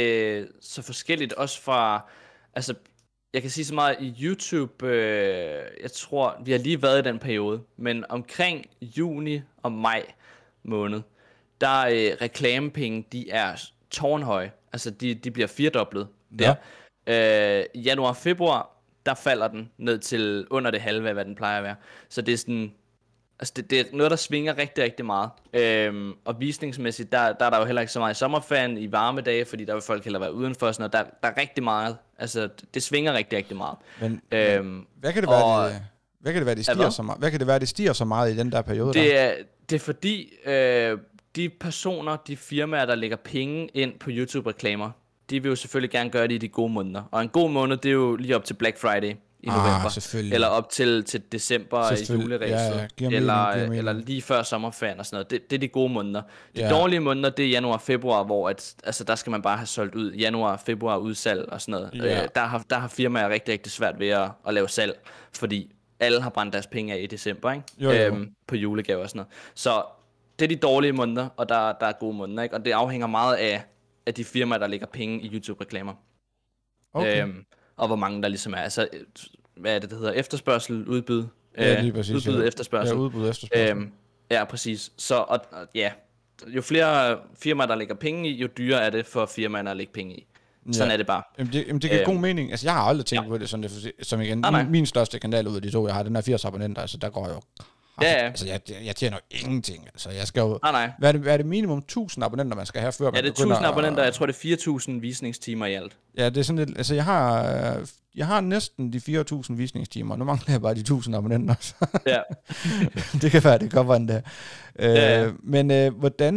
så forskelligt også fra... Altså, jeg kan sige så meget i YouTube, jeg tror, vi har lige været i den periode, men omkring juni og maj måned, der reklamepenge, de er tårnhøje. Altså, de bliver firedoblet der. Januar og februar, der falder den ned til under det halve af, hvad den plejer at være. Så det er sådan... Altså det er noget, der svinger rigtig, rigtig meget. Og visningsmæssigt, der er der jo heller ikke så meget i sommerferien, i varme dage, fordi der vil folk hellere være udenfor og sådan noget. Der er rigtig meget. Altså, det svinger rigtig, rigtig meget. Men hvad kan det være, hvad kan det være, det stiger så meget? Hvad kan det være, det stiger så meget i den der periode? Det er fordi, de personer, de firmaer, der lægger penge ind på YouTube-reklamer, de vil jo selvfølgelig gerne gøre det i de gode måneder. Og en god måned, det er jo lige op til Black Friday i november, eller op til december i juleræset, eller lige før sommerferien og sådan noget. Det er de gode måneder. De dårlige måneder, det er januar og februar, hvor der skal man bare have solgt ud. Januar og februar udsalg og sådan noget. Der har firmaer rigtig, rigtig svært ved at lave salg, fordi alle har brændt deres penge af i december, ikke? På julegaver og sådan noget. Så det er de dårlige måneder, og der er gode måneder, ikke? Og det afhænger meget af de firmaer, der lægger penge i YouTube-reklamer. Okay. Og hvor mange der ligesom er. Altså, hvad er det, der hedder? Efterspørgsel, udbud. Lige præcis. Udbud, efterspørgsel. Ja, udbud, efterspørgsel. Ja, præcis. Så, jo flere firmaer, der lægger penge i, jo dyrere er det for firmaerne at lægge penge i. Sådan er det bare. Jamen, det giver god mening. Altså, jeg har aldrig tænkt på det sådan, som igen, min største kanal ud af de to, jeg har, den er 80 abonnenter, altså der går jo... Altså, jeg tjener jo ingenting. Altså, jeg skal jo... Hvad er det minimum 1000 abonnenter, man skal have, før man det er 1000 abonnenter. Jeg tror, det er 4000 visningstimer i alt. Ja, det er sådan lidt... Altså, jeg har næsten de 4000 visningstimer. Nu mangler jeg bare de 1000 abonnenter. Ja. Det kan være, det kommer en der. Men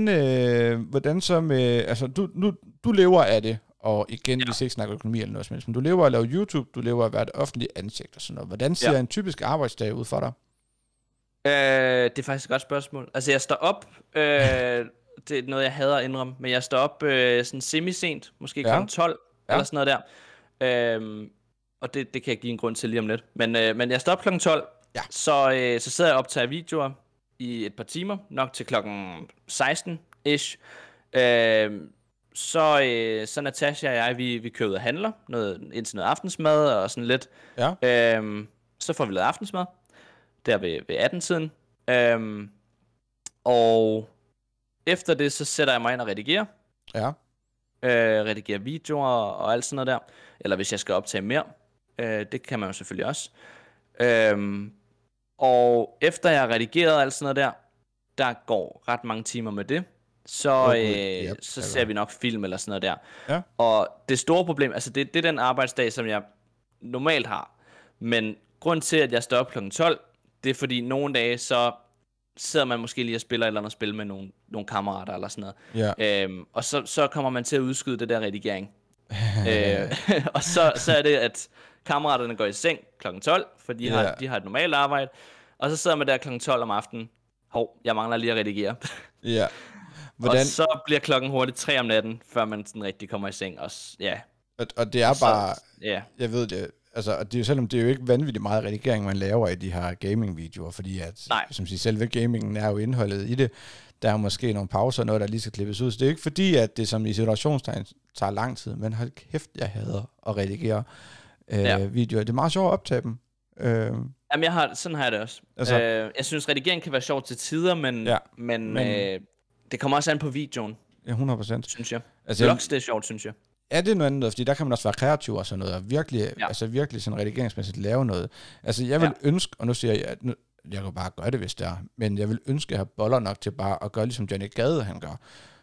hvordan så med... Altså, du lever af det, og igen, vi skal ikke snakke økonomi eller noget som helst, men du lever af at lave YouTube, du lever af at være et offentligt ansigt og sådan noget. Hvordan ser en typisk arbejdsdag ud for dig? Det er faktisk et godt spørgsmål. Altså, jeg står op, det er noget, jeg hader at indrømme, men jeg står op sådan semi-sent, måske kl. 12, eller sådan noget der. Og det kan jeg give en grund til lige om lidt. Men jeg står op kl. 12, så sidder jeg og optager videoer i et par timer, nok til klokken 16-ish. Så Natasha og jeg, vi køber ud og handler, indtil noget aftensmad og sådan lidt. Ja. Så får vi lavet aftensmad. Der ved 18-tiden. Og efter det, så sætter jeg mig ind og redigerer. Ja. Redigerer videoer og alt sådan noget der. Eller hvis jeg skal optage mere. Det kan man jo selvfølgelig også. Og efter jeg har redigeret alt sådan noget der går ret mange timer med det. Så ser vi nok film eller sådan noget der. Ja. Og det store problem, altså det er den arbejdsdag, som jeg normalt har. Men grund til, at jeg står op kl. 12, det er fordi nogle dage, så sidder man måske lige og spiller et eller andet spil med nogle kammerater eller sådan noget. Ja. Og så kommer man til at udskyde det der redigering. Og så er det, at kammeraterne går i seng kl. 12, for de har et normalt arbejde. Og så sidder man der kl. 12 om aftenen. Jeg mangler lige at redigere. Ja. Og så bliver klokken hurtigt 3 om natten, før man sådan rigtig kommer i seng. Og det er bare... Jeg ved det... Altså, det er jo, selvom det er jo ikke vanvittigt meget redigering, man laver i de her gaming-videoer, fordi at, som siger, selve gamingen er jo indholdet i det. Der er måske nogle pauser, noget der lige skal klippes ud. Så det er jo ikke fordi, at det som i situationstegn tager lang tid, men hold kæft, jeg hader at redigere videoer. Det er meget sjovt at optage dem. Jamen, sådan har jeg det også. Altså, jeg synes, redigering kan være sjovt til tider, men det kommer også an på videoen. Ja, 100%. Synes jeg. Vlogs, det er sjovt, synes jeg. Ja, det er noget andet, fordi der kan man også være kreativ og sådan noget, og virkelig sådan redigeringsmæssigt lave noget. Altså, jeg vil ønske, og nu siger jeg, at jeg kan bare gøre det, hvis det er, men jeg vil ønske at have boller nok til bare at gøre, ligesom Johnny Gade, han gør.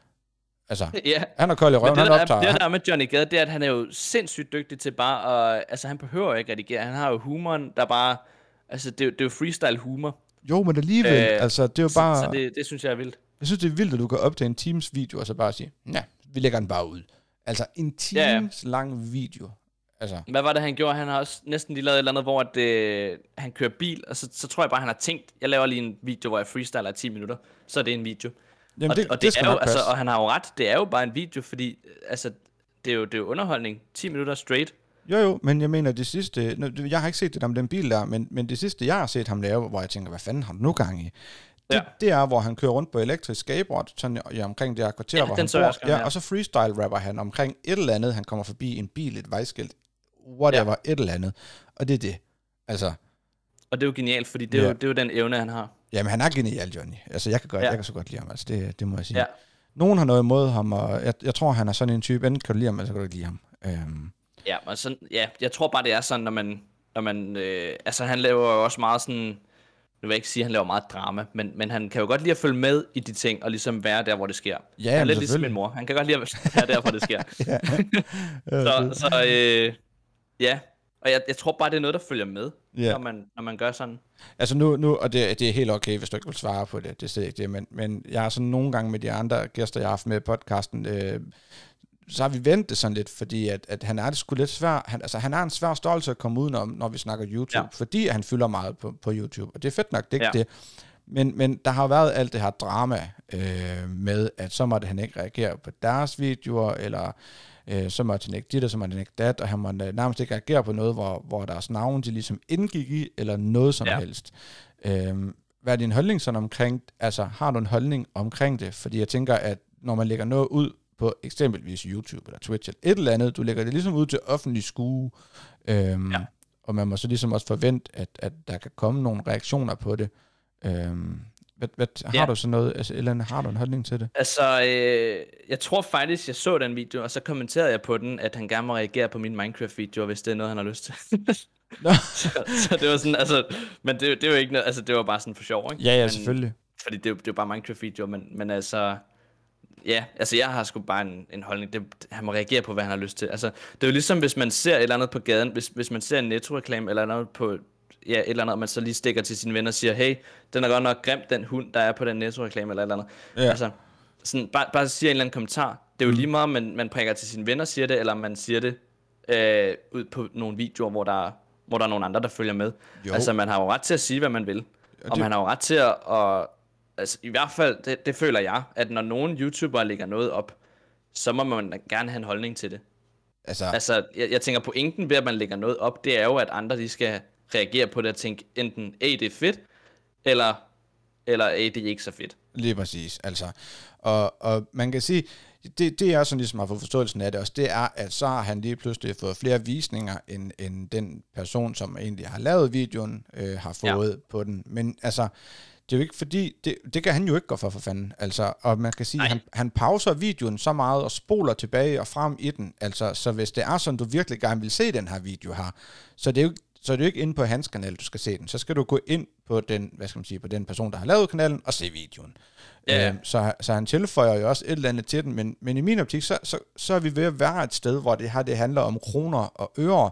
Altså, Ja. han er kold i røven, han optager. Det der er med Johnny Gade, det er, at han er jo sindssygt dygtig til bare at... Altså, han behøver ikke redigere. Han har jo humoren, der bare... Altså, det er jo freestyle humor. Jo, men alligevel, altså, det er jo bare... Så det synes jeg er vildt. Jeg synes, det er vildt, at du kan optage en Teams video, og så bare sige, ja, vi lægger den bare ud. Altså, en Teams lang video. Altså. Hvad var det, han gjorde? Han har også næsten lige lavet et eller andet, hvor han kører bil, og så tror jeg bare, han har tænkt, jeg laver lige en video, hvor jeg freestyler i 10 minutter, så er det en video. Jamen, og det er jo, altså, og han har jo ret, det er jo bare en video, fordi altså, det er jo underholdning, 10 minutter straight. Jo, men jeg mener det sidste, jeg har ikke set det om den bil der, men det sidste, jeg har set ham lave, hvor jeg tænker, hvad fanden har du nu gang i? Det er, hvor han kører rundt på elektrisk skateboard, sådan omkring det her kvarter, hvor han bor. Og så freestyle rapper han omkring et eller andet, han kommer forbi en bil, et vejskilt, whatever, et eller andet. Og det er det. Altså. Og det er jo genialt, fordi det er jo den evne, han har. Jamen, han er genial, Johnny. Altså, jeg kan så godt lide ham. Altså, det må jeg sige. Ja. Nogen har noget imod ham, og jeg tror, han er sådan en type, enten kan du lide ham, eller så kan du ikke lide ham. Ja, men sådan, jeg tror bare, det er sådan, når man altså, han laver jo også meget sådan, nu vil jeg ikke sige, at han laver meget drama, men han kan jo godt lide at følge med i de ting, og ligesom være der, hvor det sker. Ja, han er lidt ligesom min mor. Han kan godt lide at være der, hvor det sker. Ja. Og jeg tror bare, det er noget, der følger med, når man gør sådan. Altså nu og det er helt okay, hvis du ikke vil svare på det, det siger ikke det, men jeg har sådan nogle gange med de andre gæster, jeg har haft med i podcasten, så har vi ventet det sådan lidt, fordi at han er det sgu lidt svær, han er en svær størrelse at komme udenom, når vi snakker YouTube, fordi han fylder meget på YouTube, og det er fedt nok, det er ikke det. Men der har været alt det her drama med, at så måtte han ikke reagere på deres videoer, eller så måtte han ikke dit, og så måtte han ikke dat, og han måtte nærmest ikke reagere på noget, hvor deres navn de ligesom indgik i, eller noget som helst. Hvad er din holdning sådan omkring, altså har du en holdning omkring det? Fordi jeg tænker, at når man lægger noget ud på eksempelvis YouTube eller Twitch eller et eller andet, du lægger det ligesom ud til offentlig skue, og man må så ligesom også forvente, at der kan komme nogle reaktioner på det. Har du så noget, altså, eller har du en holdning til det? Altså, jeg tror faktisk, jeg så den video, og så kommenterede jeg på den, at han gerne må reagere på min Minecraft-video, hvis det er noget, han har lyst til. så det var sådan, altså, men det er jo ikke noget, altså, det var bare sådan for sjov, ikke? Ja, selvfølgelig. Fordi det er jo bare Minecraft-video, men altså, ja, altså, jeg har sgu bare en holdning, han må reagere på, hvad han har lyst til. Altså, det er jo ligesom, hvis man ser et eller andet på gaden, hvis man ser en Netto-reklame, eller noget på et eller andet, og man så lige stikker til sine venner og siger, hey, den er godt nok grim, den hund, der er på den Netto-reklame, eller et eller andet. Ja. Altså, sådan, bare siger en eller anden kommentar. Det er jo lige meget, man prikker til sine venner, siger det, eller man siger det ud på nogle videoer, hvor der er nogle andre, der følger med. Jo. Altså, man har jo ret til at sige, hvad man vil. Og man har jo ret til at altså, i hvert fald, det føler jeg, at når nogen YouTubere lægger noget op, så må man gerne have en holdning til det. Altså jeg tænker, pointen ved, at man lægger noget op, det er jo, at andre, de skal reagere på det og tænke enten, det er fedt, eller det er ikke så fedt. Lige præcis, altså. Og man kan sige, det er sådan ligesom har fået forståelsen af det også, det er, at så har han lige pludselig fået flere visninger, end den person, som egentlig har lavet videoen, har fået på den. Men altså, det er jo ikke fordi, det kan han jo ikke gå for fanden, altså, og man kan sige, han pauser videoen så meget og spoler tilbage og frem i den, altså, så hvis det er sådan, du virkelig gerne vil se den her video her, så det er jo ikke inde på hans kanal, du skal se den. Så skal du gå ind på den, hvad skal man sige, på den person, der har lavet kanalen, og se videoen. Ja. Så han tilføjer jo også et eller andet til den, men i min optik, så er vi ved at være et sted, hvor det handler om kroner og øre.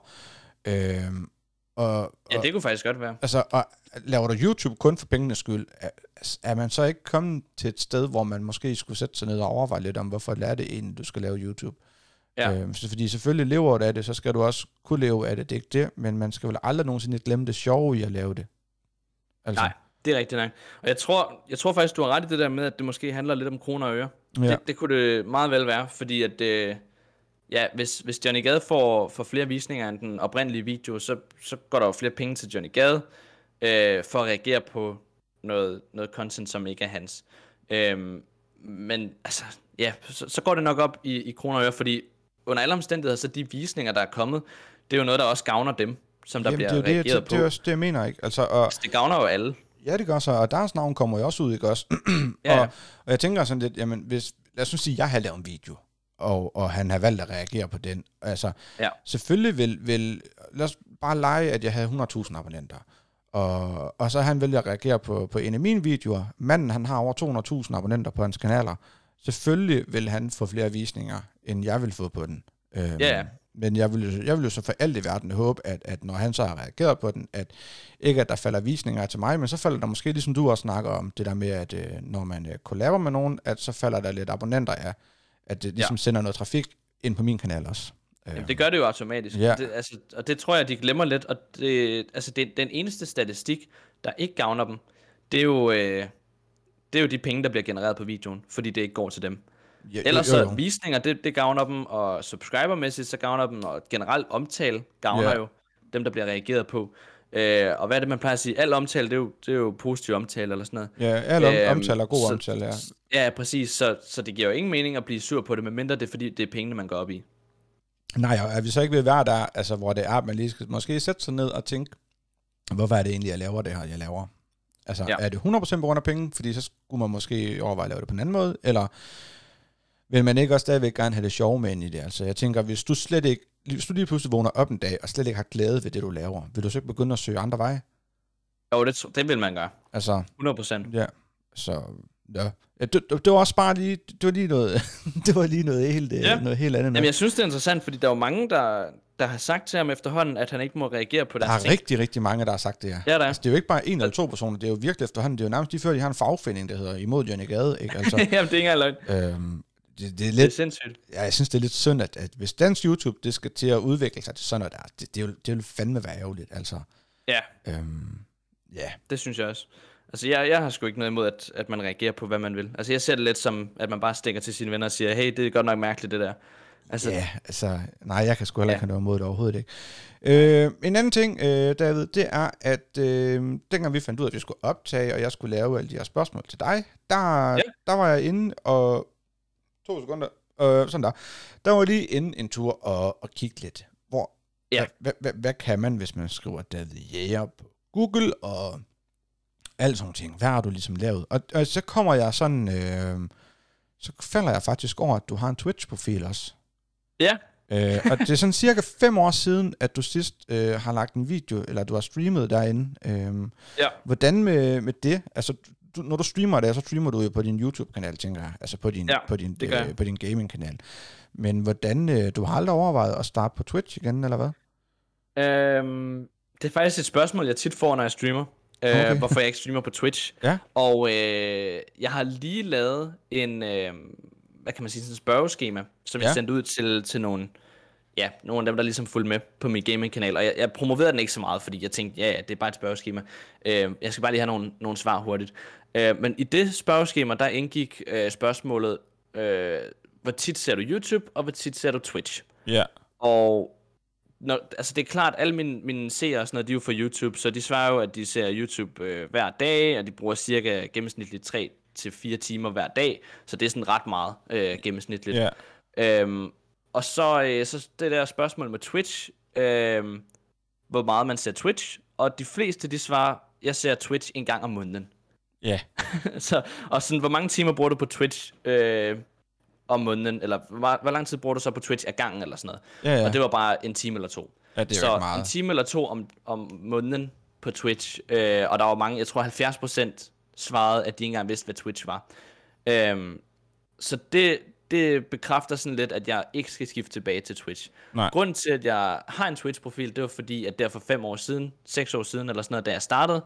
Det kunne faktisk godt være. Altså, og laver du YouTube kun for pengenes skyld, er man så ikke kommet til et sted, hvor man måske skulle sætte sig ned og overveje lidt om, hvorfor er det egentlig, du skal lave YouTube? Ja. Fordi selvfølgelig lever du af det, så skal du også kunne leve af det, det er ikke det, men man skal vel aldrig nogensinde glemme det sjove i at lave det. Altså. Nej, det er rigtigt nok. Og jeg tror faktisk, du har ret i det der med, at det måske handler lidt om kroner og øre. Ja. Det kunne det meget vel være, fordi at, hvis Johnny Gade får flere visninger end den oprindelige video, så går der jo flere penge til Johnny Gade, for at reagere på noget content, som ikke er hans. Men altså, ja, så går det nok op i kroner og øre, fordi under alle omstændigheder, så de visninger, der er kommet, det er jo noget, der også gavner dem, som der bliver reageret på. Det er også det, jeg mener, ikke? Altså, det gavner jo alle. Ja, det gør så, og deres navn kommer jo også ud, ikke også? Og jeg tænker sådan lidt, jamen, lad os sige, jeg har lavet en video, og han har valgt at reagere på den. Altså, selvfølgelig vil lad os bare lege, at jeg havde 100.000 abonnenter, og så han vælger at reagere på en af mine videoer. Manden, han har over 200.000 abonnenter på hans kanaler, selvfølgelig vil han få flere visninger, end jeg vil få på den. Ja. Men jeg vil jo så for alt i verden håbe, at når han så har reageret på den, at ikke at der falder visninger til mig, men så falder der måske, ligesom du også snakker om, det der med, at når man kollaborerer med nogen, at så falder der lidt abonnenter af, at det ligesom sender noget trafik ind på min kanal også. Jamen, det gør det jo automatisk. Ja. Og det tror jeg, de glemmer lidt. Og den eneste statistik, der ikke gavner dem, det er jo de penge, der bliver genereret på videoen, fordi det ikke går til dem. Ellers så visninger, det gavner dem, og subscribermæssigt, så gavner dem, og generelt omtale gavner jo dem, der bliver reageret på. Og hvad er det, man plejer at sige? Al omtale, det er jo positiv omtale, eller sådan noget. Ja, al omtale er god omtale, ja. Ja, præcis. Så det giver jo ingen mening at blive sur på det, medmindre det er, fordi det er pengene, man går op i. Nej, og er vi så ikke ved at være der, altså, hvor det er, at man lige skal måske sætte sig ned og tænke, hvorfor er det egentlig, jeg laver det her, jeg laver? Altså, er det 100% på grund af penge? Fordi så skulle man måske overveje at lave det på en anden måde, eller vil man ikke også stadigvæk gerne have det sjove med ind i det? Altså, jeg tænker, hvis du lige pludselig vågner op en dag, og slet ikke har glæde ved det, du laver, vil du så ikke begynde at søge andre veje? Jo, det vil man gøre. Altså, 100%. Ja, så ja. Det var også bare lige, det var lige noget, det var lige noget helt andet. Jamen, jeg synes, det er interessant, fordi der er jo mange, der har sagt til ham efterhånden, at han ikke må reagere på deres ting. Der er rigtig, rigtig mange, der har sagt det her. Ja, der er. Altså, det er jo ikke bare en eller to personer, det er jo virkelig efterhånden, det er jo nærmest de før, de har en fagforening, der hedder Imod Jørgen Gade, ikke? Altså, Jamen, det er ikke engang løgn. Det er lidt, det er sindssygt. Ja, jeg synes, det er lidt synd, at hvis dansk YouTube, det skal til at udvikle sig til sådan noget der, det vil fandme være ærgerligt, altså. Ja. Ja. Det synes jeg også. Altså, jeg har sgu ikke noget imod, at man reagerer på, hvad man vil. Altså, jeg ser det lidt som, at man bare stikker til sine venner og siger, hey, det er godt nok mærkeligt, det der. Altså, ja, altså, nej, jeg kan sgu heller ikke have noget imod det overhovedet ikke. En anden ting, David, det er, at dengang vi fandt ud af, at vi skulle optage, og jeg skulle lave alle de her spørgsmål til dig, der var jeg inde og 2 sekunder, sådan der var jeg lige inde en tur og kigge lidt, hvor, hvad kan man, hvis man skriver David Jæger på Google, og alle sådan ting, hvad har du ligesom lavet? Og så kommer jeg sådan, så falder jeg faktisk over, at du har en Twitch-profil også. Ja. Og det er sådan cirka 5 år siden, at du sidst har lagt en video, eller du har streamet derinde. Hvordan med det? Altså, når du streamer det, så streamer du jo på din YouTube-kanal, tænker jeg. Altså på din gaming-kanal. Men hvordan, du har aldrig overvejet at starte på Twitch igen, eller hvad? Det er faktisk et spørgsmål, jeg tit får, når jeg streamer. Hvorfor jeg ikke streamer på Twitch. Ja. Og jeg har lige lavet en, hvad kan man sige, sådan et spørgeskema, som jeg sendte ud til nogle af dem, der ligesom fulgte med på min gaming-kanal. Og jeg promoverede den ikke så meget, fordi jeg tænkte, det er bare et spørgeskema. Jeg skal bare lige have nogle svar hurtigt. Men i det spørgeskema, der indgik spørgsmålet, hvor tit ser du YouTube, og hvor tit ser du Twitch? Ja. Og altså det er klart, alle mine seere og sådan noget, de er jo fra YouTube, så de svarer jo, at de ser YouTube hver dag, og de bruger cirka gennemsnitligt 3 til 4 timer hver dag, så det er sådan ret meget gennemsnitligt. Yeah. Og så det der spørgsmål med Twitch, hvor meget man ser Twitch, og de fleste de svarer, jeg ser Twitch en gang om måneden. Ja. Yeah. Og sådan, hvor mange timer bruger du på Twitch om måneden, eller hvor lang tid bruger du så på Twitch af gangen, eller sådan noget. Ja. Og det var bare en time eller 2. Ja, det er så meget. En time eller 2 om måneden på Twitch, og der var mange, jeg tror 70% svarede, at de ikke engang vidste, hvad Twitch var. Så det bekræfter sådan lidt, at jeg ikke skal skifte tilbage til Twitch. Nej. Grunden til, at jeg har en Twitch-profil, det var fordi, at der for 5 år siden, 6 år siden, eller sådan noget, da jeg startede,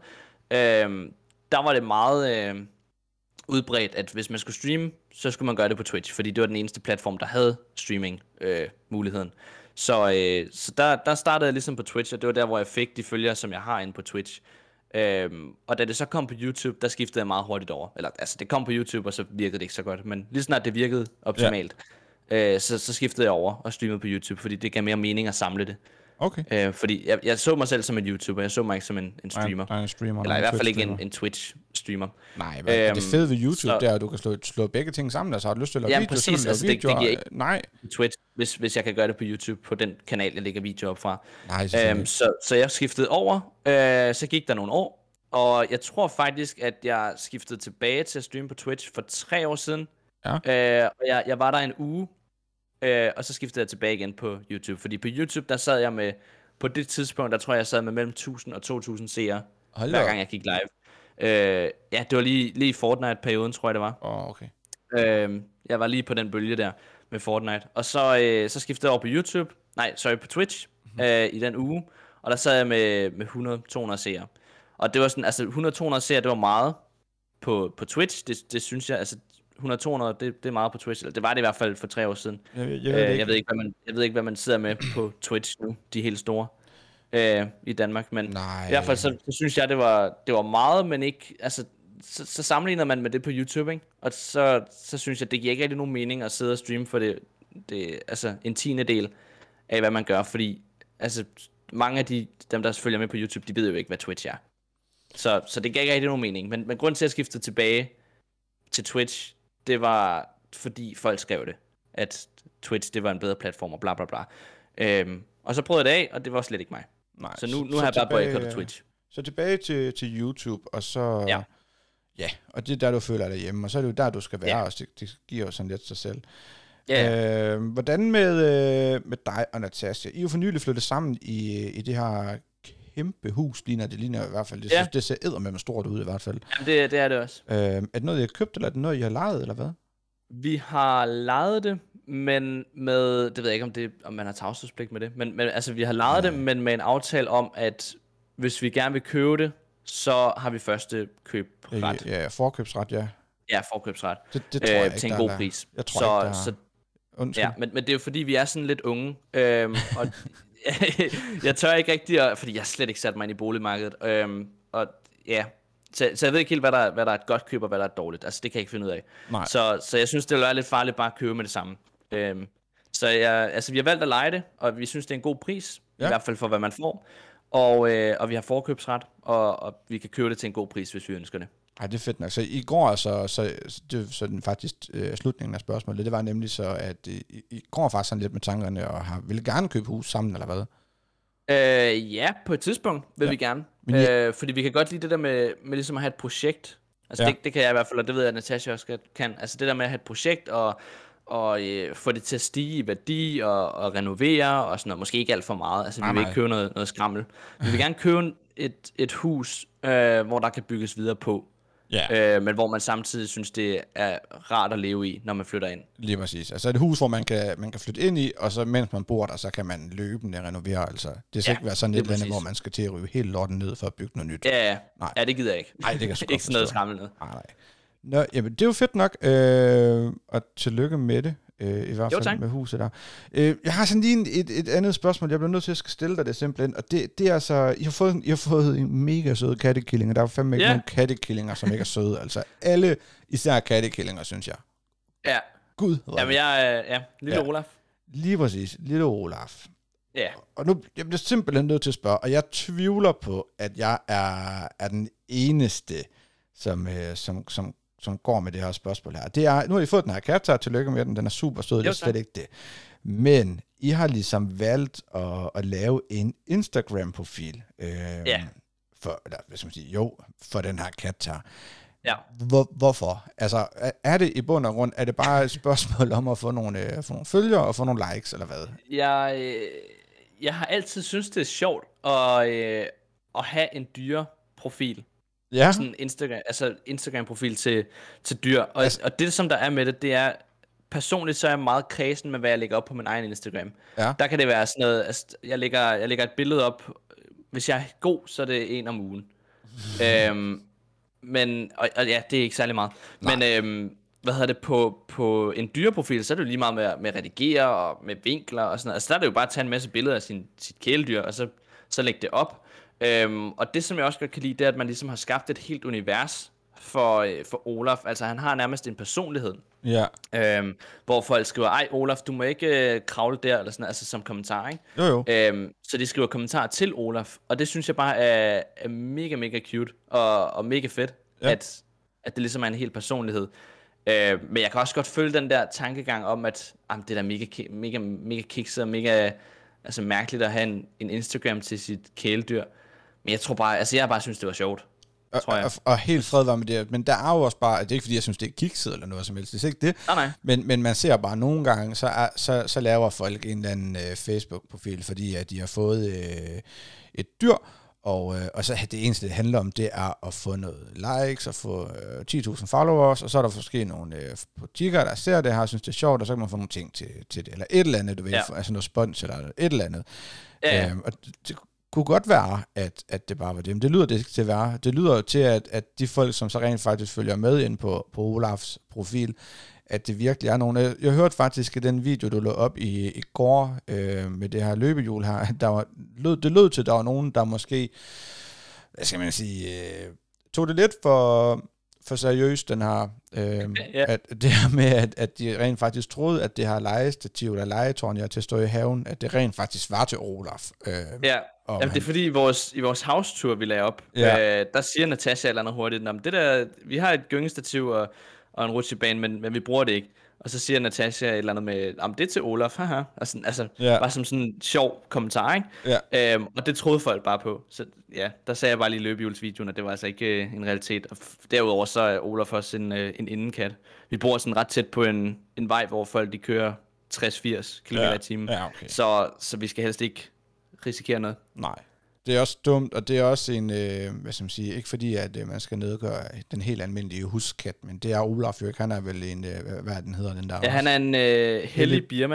der var det meget udbredt, at hvis man skulle streame, så skulle man gøre det på Twitch, fordi det var den eneste platform, der havde streaming muligheden. Så der startede jeg ligesom på Twitch, og det var der, hvor jeg fik de følgere, som jeg har inde på Twitch. Og da det så kom på YouTube, der skiftede jeg meget hurtigt over. Eller altså, det kom på YouTube, og så virkede det ikke så godt. Men lige snart det virkede optimalt, så skiftede jeg over og streamede på YouTube, fordi det gav mere mening at samle det. Okay. Fordi jeg så mig selv som en YouTuber, jeg så mig ikke som en streamer. Nej, en streamer. Eller i hvert fald ikke en Twitch-streamer. Nej, hvad er det fede ved YouTube, det er, at du kan slå begge ting sammen. Altså har du lyst til at lave videoer, præcis, så altså, det giver ikke nej. Twitch, hvis jeg kan gøre det på YouTube, på den kanal, jeg lægger videoer op fra. Nej, så jeg skiftede over, så gik der nogle år, og jeg tror faktisk, at jeg skiftede tilbage til at streame på Twitch for 3 år siden. Ja. Og jeg var der en uge, og så skiftede jeg tilbage igen på YouTube. Fordi på YouTube, der sad jeg med, på det tidspunkt, der tror jeg sad med mellem 1000 og 2000 seere, hver gang jeg gik live. Det var lige i Fortnite-perioden, tror jeg det var. Okay. Jeg var lige på den bølge der med Fortnite. Og så skiftede jeg over på YouTube. Nej, sorry, på Twitch i den uge. Og der sad jeg med 100-200 seere. Og det var sådan, altså 100-200 seere, det var meget på Twitch. Det synes jeg, altså 100-200, det er meget på Twitch. Eller det var det i hvert fald for 3 år siden. Jeg ved ikke, hvad man sidder med på Twitch nu. De er helt store i Danmark. Men Nej. i hvert fald så synes jeg, det var meget, men ikke... Altså, så sammenligner man med det på YouTube, ikke? Og så synes jeg, det giver ikke rigtig nogen mening at sidde og streame for det altså en 10. af, hvad man gør. Fordi altså, mange af dem, der følger med på YouTube, de ved jo ikke, hvad Twitch er. Så det gav ikke rigtig nogen mening. Men grunden til at skifte tilbage til Twitch, det var fordi folk skrev det. At Twitch, det var en bedre platform og bla bla bla. Og så prøvede jeg det af, og det var slet ikke mig. Nej, så nu har jeg bare boykottet Twitch. Så tilbage til YouTube, og så... Ja, og det er der, du føler dig hjemme, og så er det jo der, du skal være, og det giver jo sådan lidt sig selv. Ja. Hvordan med dig og Natasha? I er jo for nylig flyttet sammen i det her kæmpe hus, ligner i hvert fald. Det ser eddermame stort ud i hvert fald. Jamen, det er det også. Er det noget, I har købt, eller er det noget, I har lejet, eller hvad? Vi har lejet det, men med, det ved jeg ikke, om man har tavshedspligt med det, men altså, vi har lejet det, men med en aftale om, at hvis vi gerne vil købe det, så har vi første købret. Ja, forkøbsret, ja. Ja, forkøbsret. Det tror jeg ikke, til en god pris. Jeg tror ikke, ja, men det er jo fordi, vi er sådan lidt unge, og jeg tør ikke rigtig, fordi jeg har slet ikke sat mig ind i boligmarkedet, og ja, så jeg ved ikke helt, hvad der er et godt køb, og hvad der er dårligt. Altså, det kan jeg ikke finde ud af. Nej. Så jeg synes, det vil være lidt farligt bare at købe med det samme. Så vi har valgt at leje det, og vi synes, det er en god pris, i hvert fald for, hvad man får. Og vi har forkøbsret, og vi kan købe det til en god pris, hvis vi ønsker det. Ej, det er fedt nok. Så i går altså, så den faktisk slutningen af spørgsmålet, det var nemlig så, at I går faktisk sådan lidt med tankerne, og vil gerne købe hus sammen, eller hvad? Ja, på et tidspunkt vil vi gerne. Fordi vi kan godt lide det der med ligesom at have et projekt. Altså det kan jeg i hvert fald, og det ved jeg, at Natasha også kan. Altså det der med at have et projekt, og få det til at stige i værdi, og renovere, og sådan noget. Måske ikke alt for meget. Altså vi vil ikke købe noget skrammel. Vi vil gerne købe et hus, hvor der kan bygges videre på. Men hvor man samtidig synes, det er rart at leve i, når man flytter ind. Lige præcis. Altså et hus, hvor man kan flytte ind i, og så mens man bor der, så kan man løbende renovere. Altså det skal ikke være sådan et eller andet, hvor man skal til at rive hele lorten ned for at bygge noget nyt. Ja, det gider jeg ikke. Nej, det kan sgu ikke sådan noget skrammel ned. Nej. Nå, jamen det er jo fedt nok, og tillykke med det. I hvert fald med huset der. Jeg har sådan lige et andet spørgsmål, jeg bliver nødt til at stille dig det simpelthen, og det er altså, I har fået en mega søde kattekillinger, der er jo fandme ikke nogen kattekillinger, som ikke er søde, altså alle, især kattekillinger, synes jeg. Ja. Gud. Jamen lille Olaf. Lige præcis, lille Olaf. Ja. Og nu, jeg bliver simpelthen nødt til at spørge, og jeg tvivler på, at jeg er den eneste, som går med det her spørgsmål her. Det er, nu har I fået den her kat, tillykke med den er super sød, det er slet ikke det. Men I har ligesom valgt at lave en Instagram-profil for den her kat her. Ja. Hvorfor? Altså, er det i bund og grund, er det bare et spørgsmål om at få nogle følgere og få nogle likes, eller hvad? Jeg har altid syntes, det er sjovt at have en dyreprofil. Ja. Sådan Instagram-profil til dyr. Og det, som der er med det er, personligt så er jeg meget kredsen med, hvad jeg lægger op på min egen Instagram. Ja. Der kan det være sådan noget, altså, jeg lægger et billede op, hvis jeg er god, så er det en om ugen. Men det er ikke særlig meget. Nej. Men på en dyreprofil, så er det jo lige meget med at redigere og med vinkler og sådan noget. Altså der er det jo bare at tage en masse billeder af sit kæledyr, og så lægge det op. Og det, som jeg også godt kan lide, det er, at man ligesom har skabt et helt univers for Olaf. Altså, han har nærmest en personlighed. Ja. Hvor folk skriver, ej Olaf, du må ikke kravle der, eller sådan, altså som kommentar, ikke? Jo. Så de skriver kommentarer til Olaf, og det synes jeg bare er mega, mega cute, og mega fedt, at det ligesom er en hel personlighed. Men jeg kan også godt følge den der tankegang om, at det er da mega kikset, og mega altså mærkeligt at have en Instagram til sit kæledyr. Men jeg tror bare, altså jeg bare synes, det var sjovt. Og helt fred var med det, men der er jo også bare, det er ikke fordi, jeg synes, det er kikset eller noget som helst, det er ikke det. Nej. Men man ser bare nogle gange, så laver folk en eller anden Facebook-profil, fordi at de har fået et dyr, Og så det eneste, det handler om, det er at få noget likes, og få 10.000 followers, og så er der måske nogle butikker, der ser det her, synes det er sjovt, og så kan man få nogle ting til det, eller et eller andet, du ved, altså noget spons, eller et eller andet. Ja. Og det kunne godt være, at det bare var det, men det lyder det ikke til at være. Det lyder til, at de folk, som så rent faktisk følger med ind på Olafs profil, at det virkelig er nogen. Jeg hørte faktisk i den video, du lå op i går med det her løbehjul her, at det lød til, at der var nogen, der måske, hvad skal man sige, tog det lidt for seriøst, den her, at det her med, at de rent faktisk troede, at det her legestativ eller legetårn, jeg til at stå i haven, at det rent faktisk var til Olaf. Jamen, det er fordi, i vores house-tour, vi lagde op, der siger Natasha eller andet hurtigt, det der, vi har et gyngestativ og en rutsjebane, men vi bruger det ikke. Og så siger Natasha et eller andet med, det er til Olaf, haha. Bare som sådan en sjov kommentar, ikke? Og det troede folk bare på. Så ja, der sagde jeg bare lige i løbehjulsvideoen, at det var altså ikke en realitet. Og derudover så er Olaf også en indenkat. Vi bor sådan ret tæt på en vej, hvor folk de kører 60-80 km i timen. Ja, okay. Så vi skal helst ikke risikere noget. Nej. Det er også dumt, og det er også en, hvad skal man sige, ikke fordi, at man skal nedgøre den helt almindelige huskat, men det er Olaf jo ikke, han er vel en, hvad den hedder, den der? Ja, han er en hellig Birma,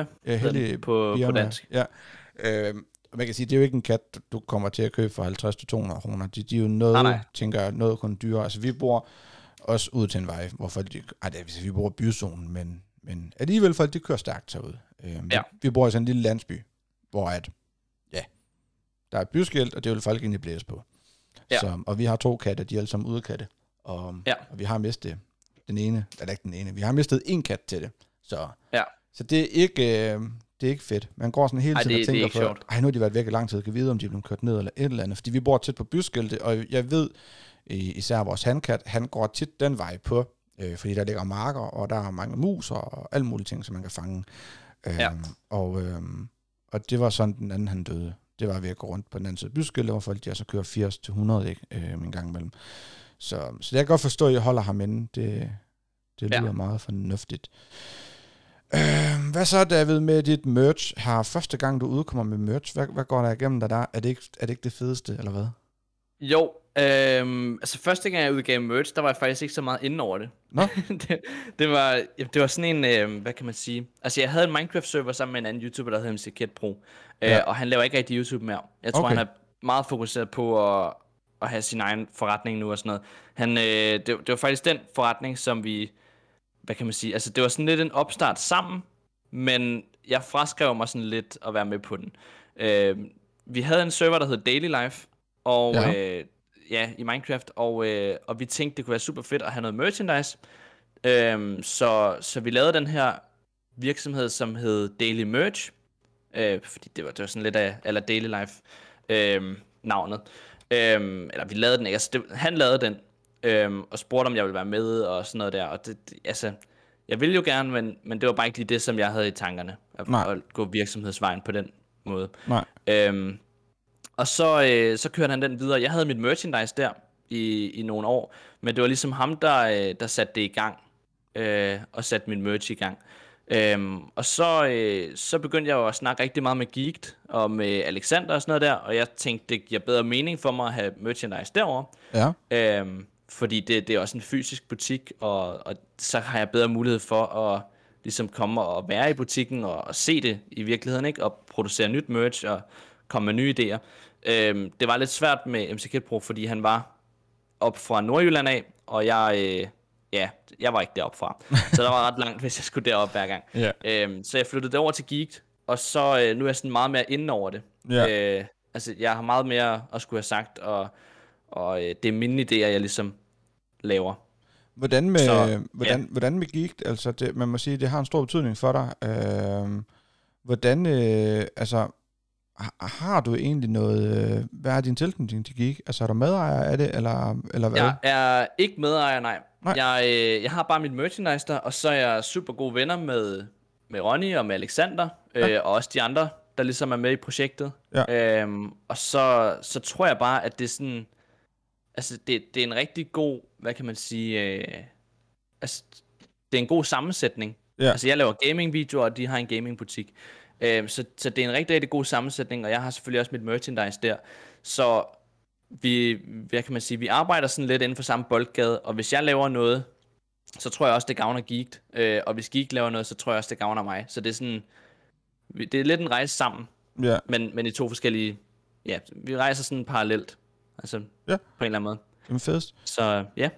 på dansk. Ja, man kan sige, det er jo ikke en kat, du kommer til at købe for 50-200 kroner. De er jo noget, tænker jeg, noget kun dyre. Altså, vi bor også ud til en vej, hvor folk, vi bor i byzonen, men alligevel folk, de kører stærkt herude. Vi bor i sådan en lille landsby, hvor der er et byskilt, og det vil folk egentlig blæse på. Og vi har 2 katte, de er alle sammen udekatte. Og vi har mistet den ene, eller ikke den ene, vi har mistet en kat til det. Så det er ikke fedt. Man går sådan hele tiden og tænker på, nu har de været væk i lang tid, kan vide, om de er blevet kørt ned eller et eller andet. Fordi vi bor tæt på byskilte, og jeg ved, især vores handkat, han går tit den vej på, fordi der ligger marker, og der er mange mus og alle mulige ting, som man kan fange. Og det var sådan, den anden han døde. Det var ved at gå rundt på den anden side af byskiltet, hvor folk de altså kører 80-100 en gang imellem. Så jeg kan godt forstå, at jeg holder ham inde. Det lyder meget fornuftigt. Hvad så, David, med dit merch her? Første gang, du udkommer med merch, hvad går der igennem dig der? Er det ikke det fedeste, eller hvad? Jo, første gang jeg udgav merch, der var jeg faktisk ikke så meget inde over det. Nå? det var sådan en, hvad kan man sige? Altså, jeg havde en Minecraft-server sammen med en anden YouTuber, der hed MC Kid Pro. Og han laver ikke rigtig YouTube mere. Jeg tror, han er meget fokuseret på at have sin egen forretning nu og sådan noget. Det var faktisk den forretning, som vi, hvad kan man sige? Altså, det var sådan lidt en opstart sammen, men jeg fraskrev mig sådan lidt at være med på den. Vi havde en server, der hed Daily Life, og i Minecraft, og vi tænkte, det kunne være super fedt at have noget merchandise. Så vi lavede den her virksomhed, som hed Daily Merch, fordi det var sådan lidt af eller Daily Life navnet. Eller vi lavede den ikke, altså han lavede den, og spurgte, om jeg ville være med og sådan noget der, og altså, jeg ville jo gerne, men det var bare ikke lige det, som jeg havde i tankerne, at gå virksomhedsvejen på den måde. Og så kørte han den videre. Jeg havde mit merchandise der i nogle år, men det var ligesom ham, der satte det i gang, og satte min merch i gang. Og så begyndte jeg jo at snakke rigtig meget med Geeked og med Alexander og sådan noget der, og jeg tænkte, det giver bedre mening for mig at have merchandise derovre. Fordi det er også en fysisk butik, og så har jeg bedre mulighed for at ligesom komme og være i butikken og se det i virkeligheden, ikke? Og producere nyt merch og komme med nye idéer. Det var lidt svært med MC Kid Pro, fordi han var op fra Nordjylland af, og jeg var ikke deroppe fra. Så der var ret langt, hvis jeg skulle derop hver gang. Så jeg flyttede det over til Geeked, og så nu er jeg sådan meget mere inde over det. Altså, jeg har meget mere at skulle have sagt, og det er mine idéer, jeg ligesom laver. Hvordan med Geeked? Altså, man må sige, det har en stor betydning for dig. Hvordan, altså, har du egentlig noget, hvad er din tilknytning til Geek? Altså, er du medejer af det, eller hvad? Jeg er ikke medejer, nej. Jeg har bare mit merchandise der, og så er jeg super gode venner med Ronny og med Alexander, og også de andre, der ligesom er med i projektet. Og så tror jeg bare, at det er sådan, altså, det er en rigtig god, hvad kan man sige, altså, det er en god sammensætning. Altså, jeg laver gaming-videoer, og de har en gaming-butik. Så det er en rigtig, rigtig god sammensætning, og jeg har selvfølgelig også mit merchandise der. Så hvad kan man sige, vi arbejder sådan lidt inden for samme boldgade, og hvis jeg laver noget, så tror jeg også, det gavner Geeked, og hvis Geek laver noget, så tror jeg også, det gavner mig. Så det er sådan, det er lidt en rejse sammen, Ja. men i to forskellige, ja, vi rejser sådan parallelt, altså på en eller anden måde. Jamen fedest. Så ja.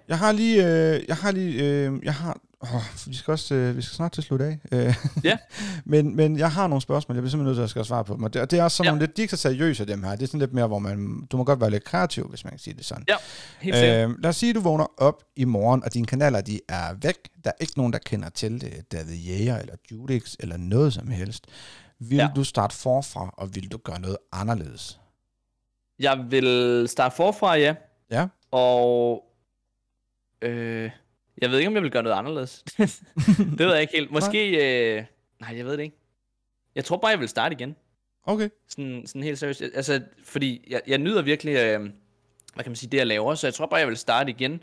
Vi skal snart til slut af. Ja. men jeg har nogle spørgsmål, jeg bliver simpelthen nødt til at skal svare på dem. Og det er også sådan nogle lidt, de er ikke så seriøse dem her. Det er sådan lidt mere, hvor du må godt være lidt kreativ, hvis man kan sige det sådan. Ja, helt sikkert. Lad os sige, at du vågner op i morgen, og dine kanaler, de er væk. Der er ikke nogen, der kender til det. David Jæger eller Judix eller noget som helst. Vil du starte forfra, og vil du gøre noget anderledes? Jeg vil starte forfra, ja. Ja. Og jeg ved ikke, om jeg vil gøre noget anderledes. Det ved jeg ikke helt. Måske, nej, jeg ved det ikke. Jeg tror bare, jeg vil starte igen. Okay. Sådan helt seriøst. Altså, fordi jeg nyder virkelig, hvad kan man sige, det jeg laver, så jeg tror bare, jeg vil starte igen.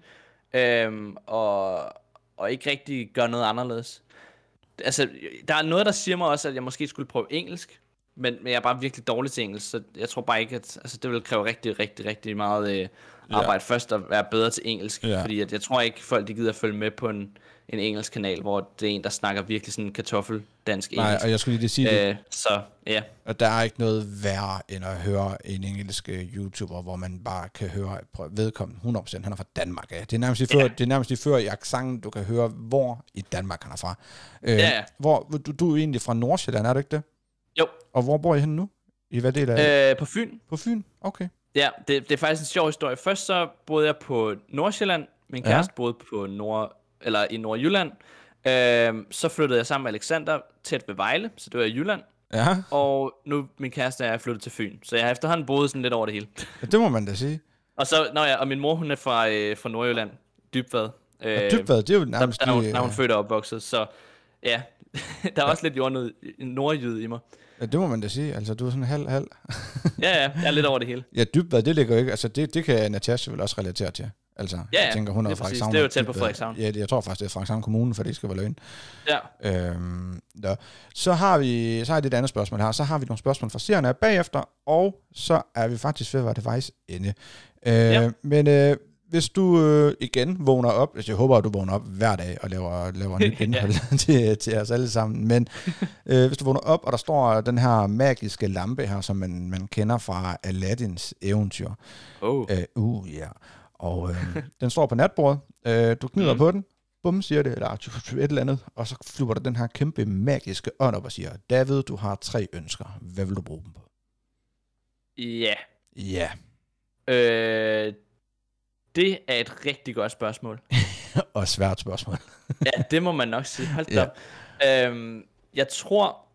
Og ikke rigtig gøre noget anderledes. Altså, der er noget, der siger mig også, at jeg måske skulle prøve engelsk. Men jeg er bare virkelig dårlig til engelsk, så jeg tror bare ikke, at det vil kræve rigtig, rigtig, rigtig meget arbejde først at være bedre til engelsk. Fordi jeg tror ikke, folk de gider at følge med på en engelsk kanal, hvor det er en, der snakker virkelig sådan kartoffeldansk engelsk. Nej, og jeg skulle lige sige det. Så ja. Og der er ikke noget værre, end at høre en engelsk YouTuber, hvor man bare kan høre vedkommende 100%, han er fra Danmark. Ja. Det er nærmest lige før i accenten, du kan høre, hvor i Danmark han er fra. Hvor, du er egentlig fra Nordsjælland, er du ikke det? Jo. Og hvor bor I henne nu? I hvad del af? På Fyn. På Fyn? Okay. Ja, det er faktisk en sjov historie. Først så boede jeg på Nordsjælland. Min kæreste boede på i Nordjylland. Så flyttede jeg sammen med Alexander tæt ved Vejle, så det var i Jylland. Ja. Og nu min kæreste er flyttet til Fyn, så jeg har efterhånden boet sådan lidt over det hele. Ja, det må man da sige. Og så, og min mor, hun er fra Nordjylland, Dybvad. Dybvad, det er jo nærmest der er hun født og opvokset, så ja, der er også lidt nordjyd i mig. Ja, det må man da sige. Altså, du er sådan halv. Ja, jeg er lidt over det hele. Ja, Dybvad, det ligger jo ikke. Altså, det kan Natasha vel også relatere til. Altså, jeg tænker, hun er Frederikshavn. Det er jo tæt på Frederikshavn. Ja, jeg tror faktisk, det er Frederikshavn Kommune, for det skal være løgn. Ja. Så har vi et andet spørgsmål her. Så har vi nogle spørgsmål fra seerne bagefter, og så er vi faktisk ved at være det vejs ende. Men hvis du igen vågner op, altså jeg håber, at du vågner op hver dag og laver nyt indhold til os alle sammen, men hvis du vågner op, og der står den her magiske lampe her, som man kender fra Aladdins eventyr. Og den står på natbordet, du knyder på den, bum siger det, eller et eller andet, og så flyver der den her kæmpe magiske ånd op og siger, David, du har 3 ønsker, hvad vil du bruge dem på? Ja. Det er et rigtig godt spørgsmål. Og svært spørgsmål. Ja, det må man nok sige. Hold da op. Jeg tror...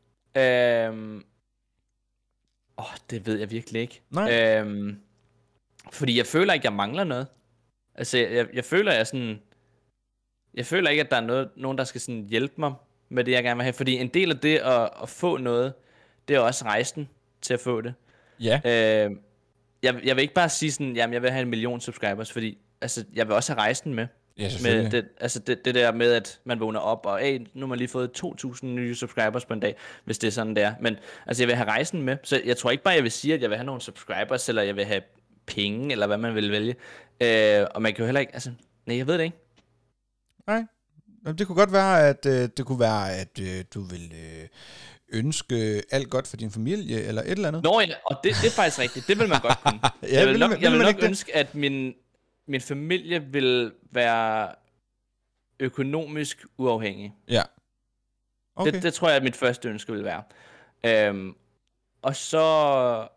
det ved jeg virkelig ikke. Fordi jeg føler ikke, jeg mangler noget. Altså, jeg føler, jeg føler ikke, at der er nogen, der skal sådan hjælpe mig med det, jeg gerne vil have. Fordi en del af det at få noget, det er også rejsen til at få det. Ja. Jeg vil ikke bare sige sådan, jamen jeg vil have 1 million subscribers, fordi altså, jeg vil også have rejsen med. Ja, selvfølgelig. Med det der med, at man vågner op, og nu har man lige fået 2.000 nye subscribers på en dag, hvis det er sådan der. Men altså, jeg vil have rejsen med, så jeg tror ikke bare, jeg vil sige, at jeg vil have nogle subscribers, eller jeg vil have penge, eller hvad man vil vælge. Og man kan jo heller ikke, altså, nej, jeg ved det ikke. Nej, det kunne godt være, at du vil ønske alt godt for din familie, eller et eller andet. Nå ja, og det er faktisk rigtigt, det vil man godt kunne. Jeg vil nok ønske, at min familie vil være økonomisk uafhængig. Ja. Okay. Det tror jeg, at mit første ønske vil være. Og så...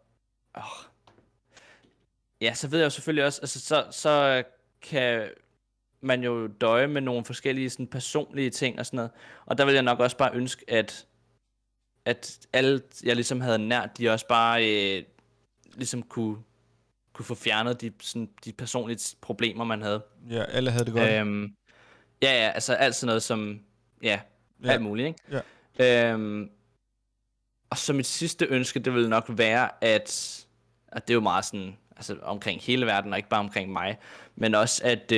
så ved jeg jo selvfølgelig også, altså så kan man jo døje med nogle forskellige sådan personlige ting og sådan noget. Og der vil jeg nok også bare ønske, at alle, jeg ligesom havde nært, de også bare ligesom kunne få fjernet de personlige problemer, man havde. Ja, alle havde det godt. Altså alt sådan noget som, alt muligt, ikke? Ja. Og så mit sidste ønske, det ville nok være, at det er jo meget sådan, altså omkring hele verden, og ikke bare omkring mig, men også, at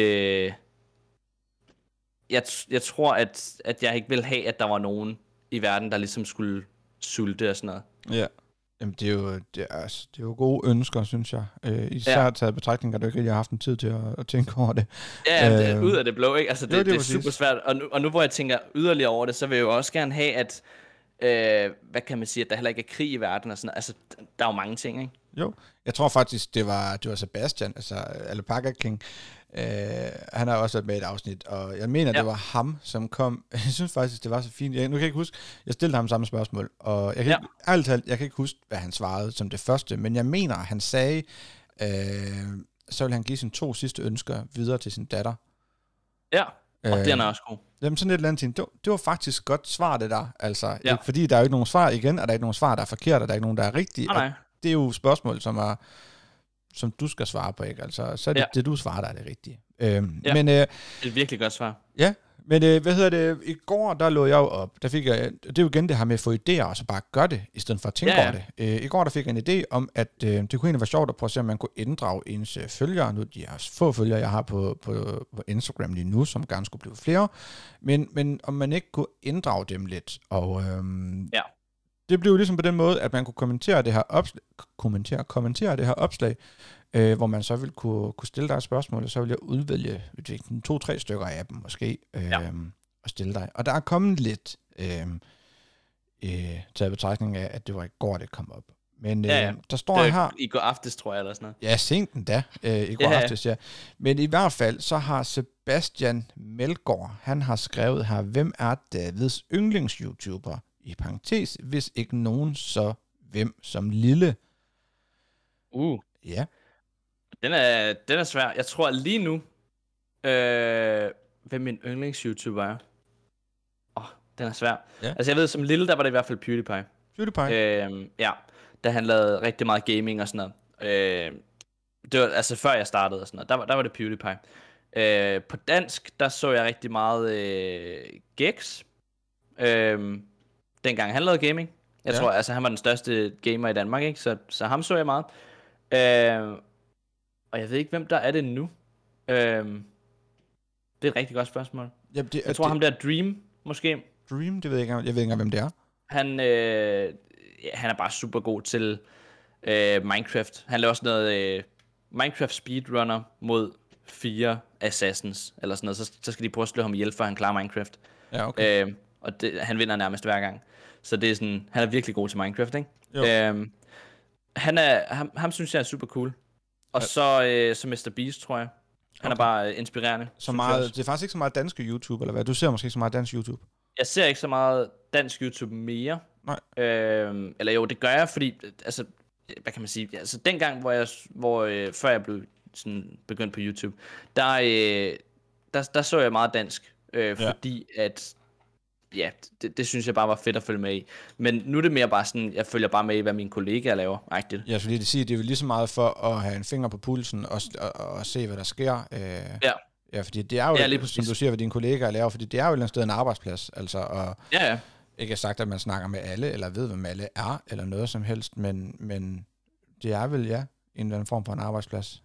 jeg tror, at jeg ikke vil have, at der var nogen i verden, der ligesom skulle sulte og sådan noget. Ja. Jamen, det er jo gode ønsker, synes jeg. Især taget betragtning, at du ikke rigtig har haft en tid til at tænke over det. Ja, ud af det blå, ikke? Altså, det er super svært. Og nu hvor jeg tænker yderligere over det, så vil jeg jo også gerne have, at hvad kan man sige, at der heller ikke er krig i verden og sådan noget. Altså, der er jo mange ting, ikke? Jo, jeg tror faktisk, det var Sebastian, altså Alpaca King. Han har også været med i et afsnit, og jeg mener, det var ham, som kom. Jeg synes faktisk, det var så fint. Nu kan jeg ikke huske, jeg stillede ham samme spørgsmål, og jeg kan ikke, ærligt talt, jeg kan ikke huske, hvad han svarede som det første, men jeg mener, han sagde, så ville han give sine 2 sidste ønsker videre til sin datter. Ja, og den er også god. Jamen sådan et eller andet ting. Det var faktisk godt svar, det der. Altså, ikke, fordi der er jo ikke nogen svar igen, og der er ikke nogen svar, der er forkert, og der er ikke nogen, der er rigtige. Nej. Det er jo spørgsmål, som du skal svare på, ikke? Altså, så er det, det du svarer, der er det rigtige. Men, det er et virkelig godt svar. Ja, men i går, der lå jeg jo op, der fik jeg, det er jo igen det her med at få idéer, og så bare gøre det, i stedet for at tænke over det. I går, der fik jeg en idé om, at det kunne egentlig være sjovt at prøve at se, om man kunne inddrage ens følgere. Nu de her få følgere, jeg har på Instagram lige nu, som gerne skulle blive flere, men om man ikke kunne inddrage dem lidt, og det blev ligesom på den måde, at man kunne kommentere det her opslag, hvor man så ville kunne stille dig et spørgsmål, og så ville jeg udvælge 2-3 stykker af dem måske, og stille dig. Og der er kommet lidt taget betragtning af, at det var i går, det kom op. Men der står her... I går aftes, tror jeg, eller sådan noget. Ja, sent den da. I går aftes, ja. Men i hvert fald, så har Sebastian Melgaard, han har skrevet her, hvem er Davids yndlings-YouTuber? I parentes, hvis ikke nogen, så hvem som lille? Ja. Den er svær. Jeg tror lige nu, hvem min yndlings-YouTuber er. Den er svær. Ja. Altså jeg ved, som lille, der var det i hvert fald PewDiePie. Da han lavede rigtig meget gaming og sådan noget. Det var altså før jeg startede og sådan noget. Der var det PewDiePie. På dansk, der så jeg rigtig meget Gex. Dengang han lavede gaming. Jeg tror, altså han var den største gamer i Danmark, ikke? Så ham så jeg meget. Og jeg ved ikke, hvem der er det nu. Det er et rigtig godt spørgsmål. Jamen, jeg tror, ham der Dream, måske. Dream, det ved jeg ikke. Jeg ved ikke, hvem det er. Han er bare super god til Minecraft. Han laver også noget Minecraft speedrunner mod 4 assassins, eller sådan noget. Så skal de prøve at slå ham ihjel, før han klarer Minecraft. Ja, okay. Og han vinder nærmest hver gang. Så det er sådan, han er virkelig god til Minecraft, ikke? Ham synes jeg er super cool. Og så Mr. Beast, tror jeg. Han er bare inspirerende. Så meget, det er faktisk ikke så meget dansk YouTube, eller hvad? Du ser måske ikke så meget dansk YouTube? Jeg ser ikke så meget dansk YouTube mere. Nej. Eller jo, det gør jeg, fordi, altså, hvad kan man sige? Altså, dengang, før jeg blev sådan begyndt på YouTube, der så jeg meget dansk. Fordi at, det synes jeg bare var fedt at følge med i. Men nu er det mere bare sådan, jeg følger bare med i, hvad mine kollegaer laver. Rigtigt. Ja, fordi det er jo lige så meget for at have en finger på pulsen og se, hvad der sker. Ja, fordi det er jo, som du siger, hvad dine kollegaer laver, fordi det er jo et eller andet sted en arbejdsplads. Altså, og ikke sagt, at man snakker med alle, eller ved, hvem alle er, eller noget som helst, men det er vel, en eller anden form for en arbejdsplads.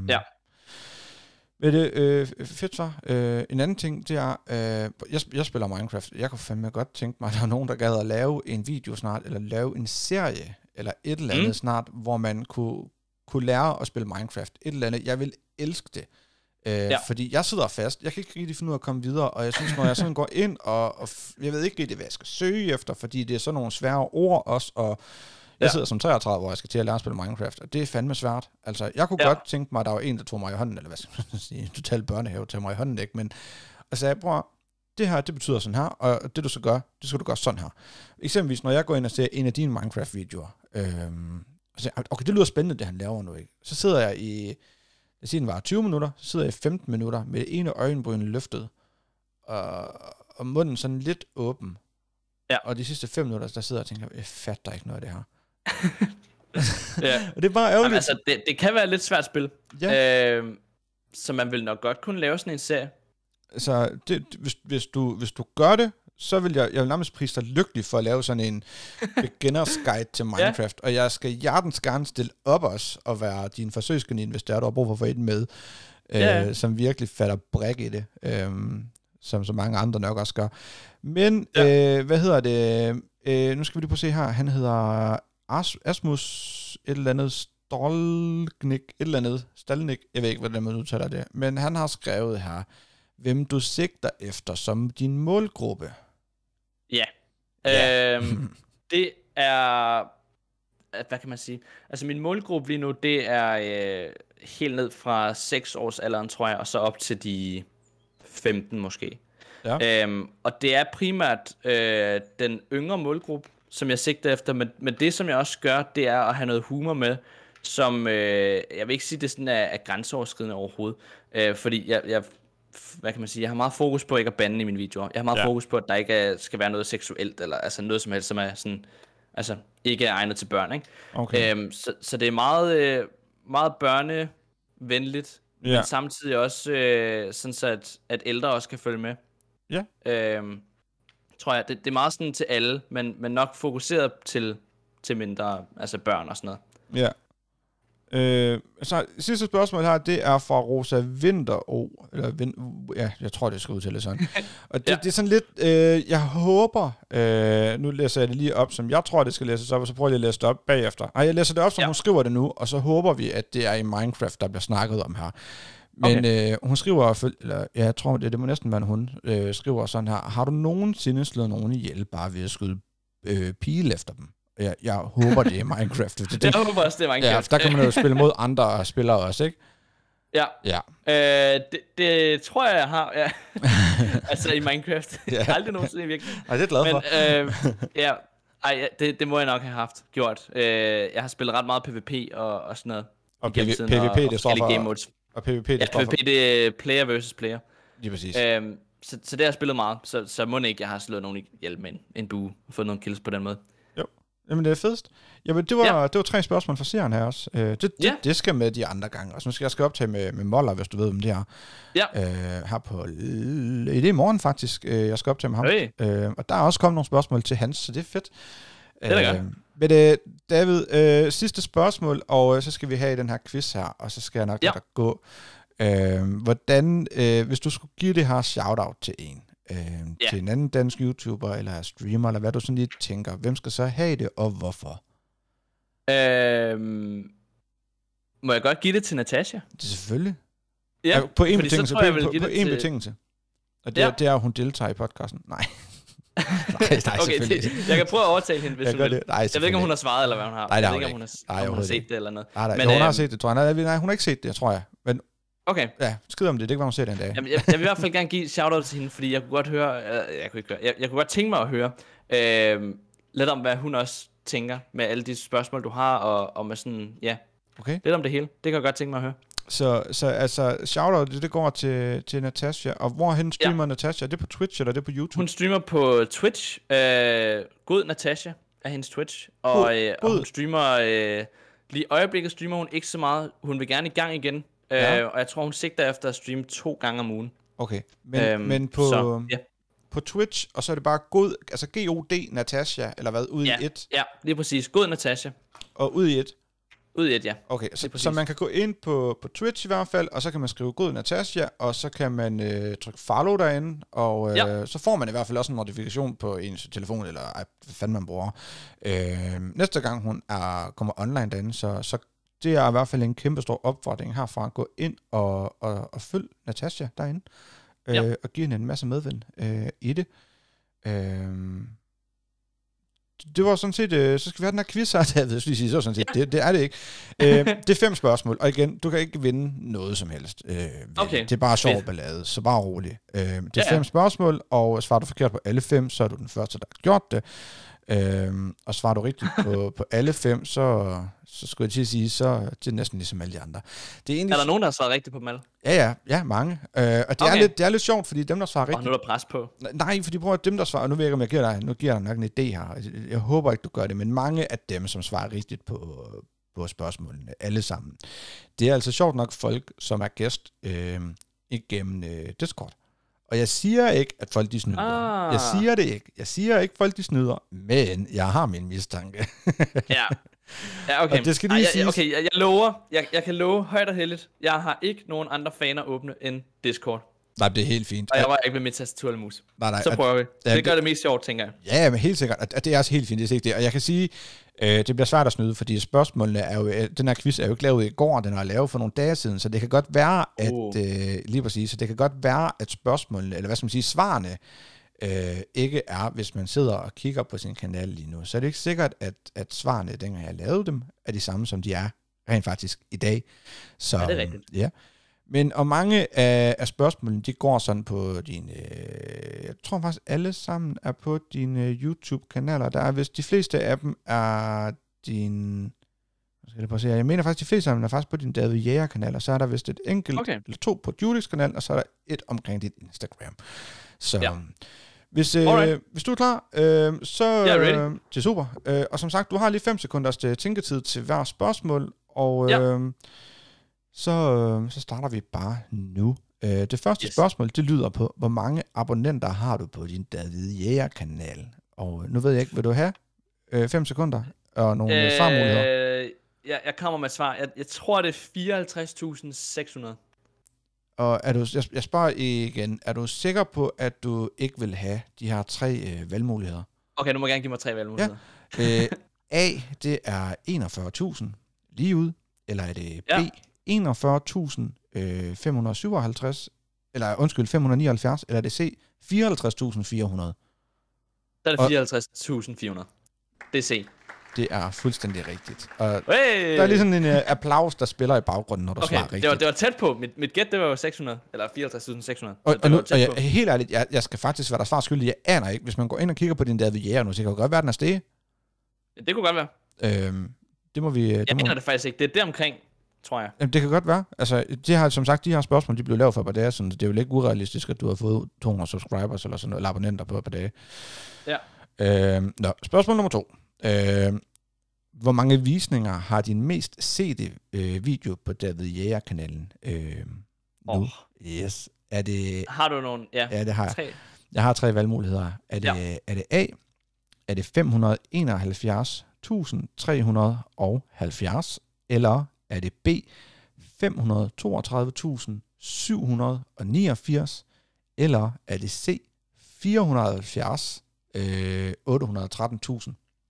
Men det fedt svar. En anden ting, det er, jeg spiller Minecraft. Jeg kunne fandme godt tænke mig, at der er nogen, der gad at lave en video snart, eller lave en serie, eller et eller andet snart, hvor man kunne lære at spille Minecraft. Et eller andet. Jeg vil elske det. Fordi jeg sidder fast. Jeg kan ikke rigtig finde ud af at komme videre, og jeg synes, når jeg sådan går ind, og jeg ved ikke rigtig, hvad jeg skal søge efter, fordi det er sådan nogle svære ord også, og jeg sidder som 33, hvor jeg skal til at lære at spille Minecraft, og det er fandme svært. Altså, jeg kunne godt tænke mig, at der var en, der tog mig i hånden, eller hvad skal man sige, totalt børnehave, tog mig i hånden, ikke? Men altså, jeg bror, det her, det betyder sådan her, og det du skal gøre, det skal du gøre sådan her. Eksempelvis, når jeg går ind og ser en af dine Minecraft-videoer, og siger, okay, det lyder spændende, det han laver nu, ikke? Så sidder jeg jeg siger, den var 20 minutter, så sidder jeg i 15 minutter, med det ene øjenbryn løftet, og munden sådan lidt åben. Ja. Og de sidste 5 minutter, der sidder jeg og tænker, jeg fatter ikke noget af det her. Og det er bare ærgerligt. Jamen, altså, det kan være et lidt svært spil. Så man vil nok godt kunne lave sådan en serie. Så hvis du gør det, så vil jeg vil nærmest prise dig lykkelig for at lave sådan en beginners guide til Minecraft. Og jeg skal hjertens gerne stille op også, og være din forsøgskanin, hvis der er, du har brug for at få et med, som virkelig fatter bræk i det, som så mange andre nok også gør. Men, hvad hedder det? Nu skal vi lige prøve at se her. Han hedder Asmus et eller andet Stalnik, jeg ved ikke, hvordan man udtaler det, men han har skrevet her, hvem du sigter efter som din målgruppe. Ja. Det er, hvad kan man sige? Altså min målgruppe lige nu, det er helt ned fra 6 års alderen, tror jeg, og så op til de 15 måske. Ja. Og det er primært den yngre målgruppe, som jeg sigter efter, men det som jeg også gør, det er at have noget humor med, som, jeg vil ikke sige, det sådan er grænseoverskridende overhovedet, fordi jeg hvad kan man sige, jeg har meget fokus på ikke at bande i mine videoer. Jeg har meget fokus på, at der ikke skal være noget seksuelt, eller altså noget som helst, som er sådan, altså ikke er egnet til børn, ikke? Okay. Så det er meget, meget børnevenligt, men samtidig også sådan så, at ældre også kan følge med. Ja. Tror jeg, det er meget sådan til alle, men nok fokuseret til mindre, altså børn og sådan noget. Ja. Så sidste spørgsmål her, det er fra Rosa Vinter ja, jeg tror det skal udtale sådan. Og det er sådan lidt, jeg håber, nu læser jeg det lige op, som jeg tror det skal læses op, og så prøver jeg at læse det op bagefter. Nej, jeg læser det op, som hun skriver det nu, og så håber vi, at det er i Minecraft, der bliver snakket om her. Men hun skriver, eller jeg tror det må næsten være hun skriver sådan her, har du nogensinde slået nogen ihjel bare ved at skyde pile efter dem? Jeg håber, det er Minecraft. Jeg håber også, det er Minecraft. Ja, der kan man jo spille mod andre spillere også, ikke? Ja. Det tror jeg har, ja. Altså i Minecraft. Aldrig nogensinde i virkeligheden. Ej, det er glad for. Det må jeg nok have haft gjort. Jeg har spillet ret meget PvP og sådan noget. Og PvP, det står for... Game modes. Og PvP, det står for... PvP, det er player versus player. Lige præcis. Så det har jeg spillet meget. Så må ikke, jeg har slået nogen ihjel med en bue og fået nogle kills på den måde. Jamen, det er fedest. Jamen, det var 3 spørgsmål fra serien her også. Det skal med de andre gange. Og så skal jeg optage med Moller, hvis du ved, om det er. Ja. Her på... Det er i morgen, faktisk. Jeg skal optage med ham. Og der er også kommet nogle spørgsmål til Hans, så det er fedt. Det er godt. Men David, sidste spørgsmål, og så skal vi have den her quiz her, og så skal jeg nok lade dig gå. Hvordan, hvis du skulle give det her shout-out til en, til en anden dansk YouTuber eller streamer, eller hvad du sådan lige tænker, hvem skal så have det, og hvorfor? Må jeg godt give det til Natasha? Det er selvfølgelig. Ja, på en betingelse. På en betingelse. Og det er, at hun deltager i podcasten. Nej. nej, okay, jeg kan prøve at overtale hende, hvis hun vil. Jeg ved ikke, om hun har svaret, eller hvad hun har. Nej, jeg ved ikke, om hun har set det eller noget. Nej, hun har set det, tror jeg. Nej, hun har ikke set det, tror jeg. Men okay. Ja, skid om det. Det er ikke, hvad hun ser den dag. Jamen, jeg vil i hvert fald gerne give shout-out til hende, fordi jeg kunne godt høre... Jeg kunne godt tænke mig at høre lidt om, hvad hun også tænker med alle de spørgsmål, du har, og med sådan... Ja, okay. Lidt om det hele. Det kan jeg godt tænke mig at høre. Så altså, shout-out, det går til Natasha. Og hvorhen streamer Natasha? Er det på Twitch, eller er det på YouTube? Hun streamer på Twitch. God Natasha er hendes Twitch. Og hun streamer... lige i øjeblikket streamer hun ikke så meget. Hun vil gerne i gang igen. Og jeg tror, hun sigter efter at streame 2 gange om ugen. Okay, men på Twitch, og så er det bare God Natasha, eller hvad, ud i et? Ja, lige præcis. God Natasha. Og ud i et? Ud i et, ja. Okay, så man kan gå ind på Twitch i hvert fald, og så kan man skrive God Natasha, og så kan man trykke follow derinde, og så får man i hvert fald også en notifikation på ens telefon, eller hvad fanden man bruger. Næste gang hun kommer online derinde, så det er i hvert fald en kæmpe stor opfordring herfra at gå ind og følge Natasha derinde, og give hende en masse medvind i det. Det var sådan set, så skal vi have den her quiz her, David, så sige, så sådan set, det er det ikke. Det er 5 spørgsmål, og igen, du kan ikke vinde noget som helst. Okay. Det er bare sjov ballade, så bare rolig. Det er 5 spørgsmål, og svarer du forkert på alle 5, så er du den første, der har gjort det. Og svarer du rigtigt på alle 5, så skulle jeg til at sige, så er det næsten ligesom alle de andre. Det er der nogen, der har svaret rigtigt på dem alle? Ja, mange. Og det er lidt sjovt, fordi dem, der svarer rigtigt... Og nu er der pres på. Nej, fordi prøv at dem, der svarer... Nu ved jeg ikke, om jeg giver dig nok en idé her. Jeg håber ikke, du gør det, men mange af dem, som svarer rigtigt på spørgsmålene, alle sammen, det er altså sjovt nok folk, som er gæst igennem Discord. Og jeg siger ikke, at folk de snyder. Jeg siger det ikke. Jeg siger ikke, at folk de snyder, men jeg har min mistanke. Ja, okay. Og det skal lige siges. Okay, jeg lover, jeg kan love højt og heldigt, jeg har ikke nogen andre faner åbne end Discord. Nej, det er helt fint. Og jeg var ikke med mit tastatur eller mus. Nej, så prøver vi. Det gør det mest sjovt, tænker jeg. Ja, men helt sikkert. Og det er også helt fint, det er ikke det. Og jeg kan sige, det bliver svært at snyde, fordi spørgsmålene er jo, den her quiz er jo ikke lavet i går, den er lavet for nogle dage siden, så det kan godt være, at, lige præcis, så det kan godt være, at spørgsmålene, eller hvad skal man sige, svarene, ikke er, hvis man sidder og kigger på sin kanal lige nu. Så er det ikke sikkert, at svarene, dengang jeg lavede dem, er de samme, som de er rent faktisk i dag. Så, ja, det er rigtigt. Ja. Men og mange af spørgsmålene, de går sådan på din, jeg tror faktisk alle sammen er på dine YouTube-kanaler. Der er vist de fleste af dem er din, jeg mener faktisk de fleste af dem er faktisk på din David Jæger-kanal, og så er der vist et enkelt, eller 2 på Judix-kanal, og så er der et omkring dit Instagram. Så ja. Hvis du er klar, så det er super. Og som sagt, du har lige 5 sekunders tænketid til hver spørgsmål, og så starter vi bare nu. Det første spørgsmål, det lyder på, hvor mange abonnenter har du på din David Jæger-kanal? Og nu ved jeg ikke, vil du have 5 sekunder og nogle svarmuligheder? Jeg kommer med et svar. Jeg tror, det er 54.600. Og er du, jeg spørger igen, er du sikker på, at du ikke vil have de her 3 valgmuligheder? Okay, du må gerne give mig 3 valgmuligheder. Ja. A, det er 41.000 lige ud, eller er det B, 41.557, eller undskyld, 579, eller er det C, 54.400? Så er det 54.400. Det er C. Det er fuldstændig rigtigt. Og der er lige sådan en applaus, der spiller i baggrunden, når du svarer rigtigt. Det var tæt på. Mit gæt, det var jo 600, eller 54.600. Og helt ærligt, jeg skal faktisk være der svar skyldig. Jeg aner ikke, hvis man går ind og kigger på din David Jæger nu, så kan det godt være, den er stege. Ja, det kunne godt være. Det må vi... Jeg mener det faktisk ikke. Det er deromkring, tror jeg. Jamen, det kan godt være. Altså, som sagt, de her spørgsmål, de blev lavet for et par dage, så det er jo ikke urealistisk, at du har fået 200 subscribers eller sådan noget, eller abonnenter på et par dage. Ja. Spørgsmål nummer 2. Hvor mange visninger har din mest sete video på David Jæger-kanalen nu? Yes. Er det... Har du nogen? Ja, det har jeg. 3. Jeg har 3 valgmuligheder. Er det A? Er det 571.370? Eller er det B? 532.789? Eller er det C? 470.813.000?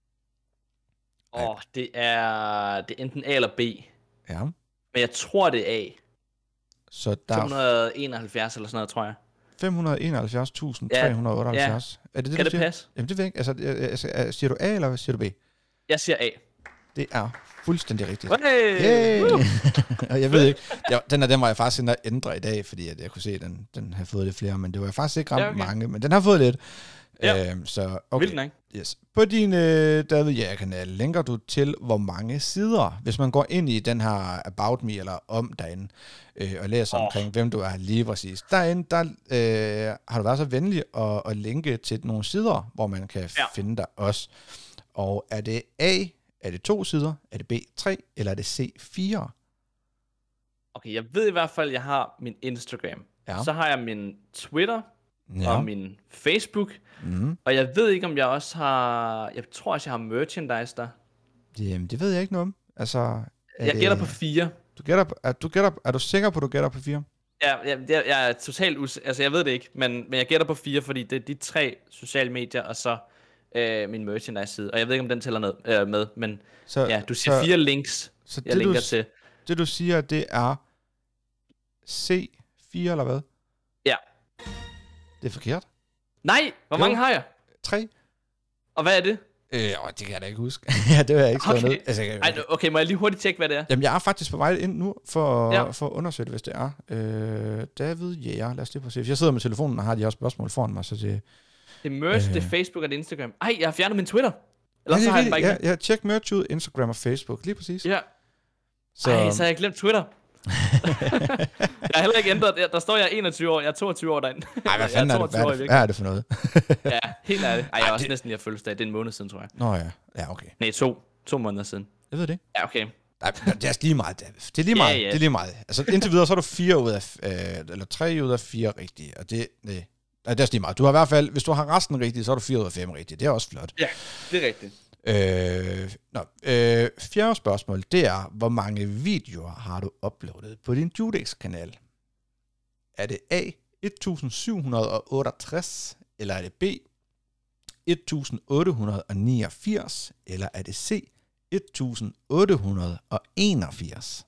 Det er enten A eller B. Ja. Men jeg tror, det er A. Så der 571 eller sådan noget, tror jeg. 571.378. Ja. Er det kan du det passe? Jamen det ved jeg ikke. Altså, siger du A, eller siger du B? Jeg siger A. Det er fuldstændig rigtigt. Hey! Og jeg ved ikke, den var jeg faktisk inde at ændre i dag, fordi at jeg kunne se, at den havde fået lidt flere, men det var faktisk ikke ramt mange, men den har fået lidt. Ja. Så okay. Vildt nok. Yes. På din David Jæger-kanal linker du til hvor mange sider, hvis man går ind i den her About Me eller om derinde og læser omkring, hvem du er lige præcis. Derinde, har du været så venlig at linke til nogle sider, hvor man kan finde dig også. Og er det A, er det 2 sider, er det B 3, eller er det C 4? Okay, jeg ved i hvert fald, at jeg har min Instagram. Ja. Så har jeg min Twitter og min Facebook. Og jeg ved ikke, om jeg også har... Jeg tror også, jeg har merchandise der. Jamen, det ved jeg ikke noget om. Altså, jeg gætter på 4. Er du sikker på, at du gætter på 4? Ja, jeg er totalt altså, jeg ved det ikke, men jeg gætter på 4, fordi det er de 3 sociale medier, og så min merchandise-side. Og jeg ved ikke, om den tæller noget med, men du siger 4 links, så jeg linker til. Det, du siger, det er C4, eller hvad? Ja. Det er forkert. Nej, hvor mange har jeg? 3. Og hvad er det? Det kan jeg da ikke huske. Ja, det har jeg ikke slået ned. Altså, okay, må jeg lige hurtigt tjekke, hvad det er? Jamen, jeg er faktisk på vej ind nu for at undersøge det, hvis det er. David Jæger, lad os lige prøve at se. Hvis jeg sidder med telefonen og har de her spørgsmål foran mig, så det... Det er merch, det er Facebook og det er Instagram. Ej, jeg har fjernet min Twitter. Eller så har jeg den bare ikke. Ja, tjek merch ud, Instagram og Facebook, lige præcis. Ja. Så har jeg glemt Twitter. Jeg har heller ikke ændret. Der står jeg 21 år, jeg er 22 år derinde. Nej, hvad fanden hvad er det for noget? Ja, helt ærligt. Ej, jeg er også næsten lige fødselsdag. Det er en måned siden, tror jeg. Nå ja, ja okay. Nej, 2 måneder siden. Jeg ved det. Ja, okay. Nej, det er lige meget, David. Det er lige meget. Ja. Det er lige meget. Altså indtil videre, så er du 4 ud af, eller 3 ud af 4 rigtige, og det er lige meget. Du har i hvert fald, hvis du har resten rigtigt, så er du 4 ud af 5 rigtige. Det er også flot. Ja, det er rigtigt. Fjerde spørgsmål, det er, hvor mange videoer har du uploadet på din Judix-kanal? Er det A, 1768, eller er det B, 1889, eller er det C, 1881?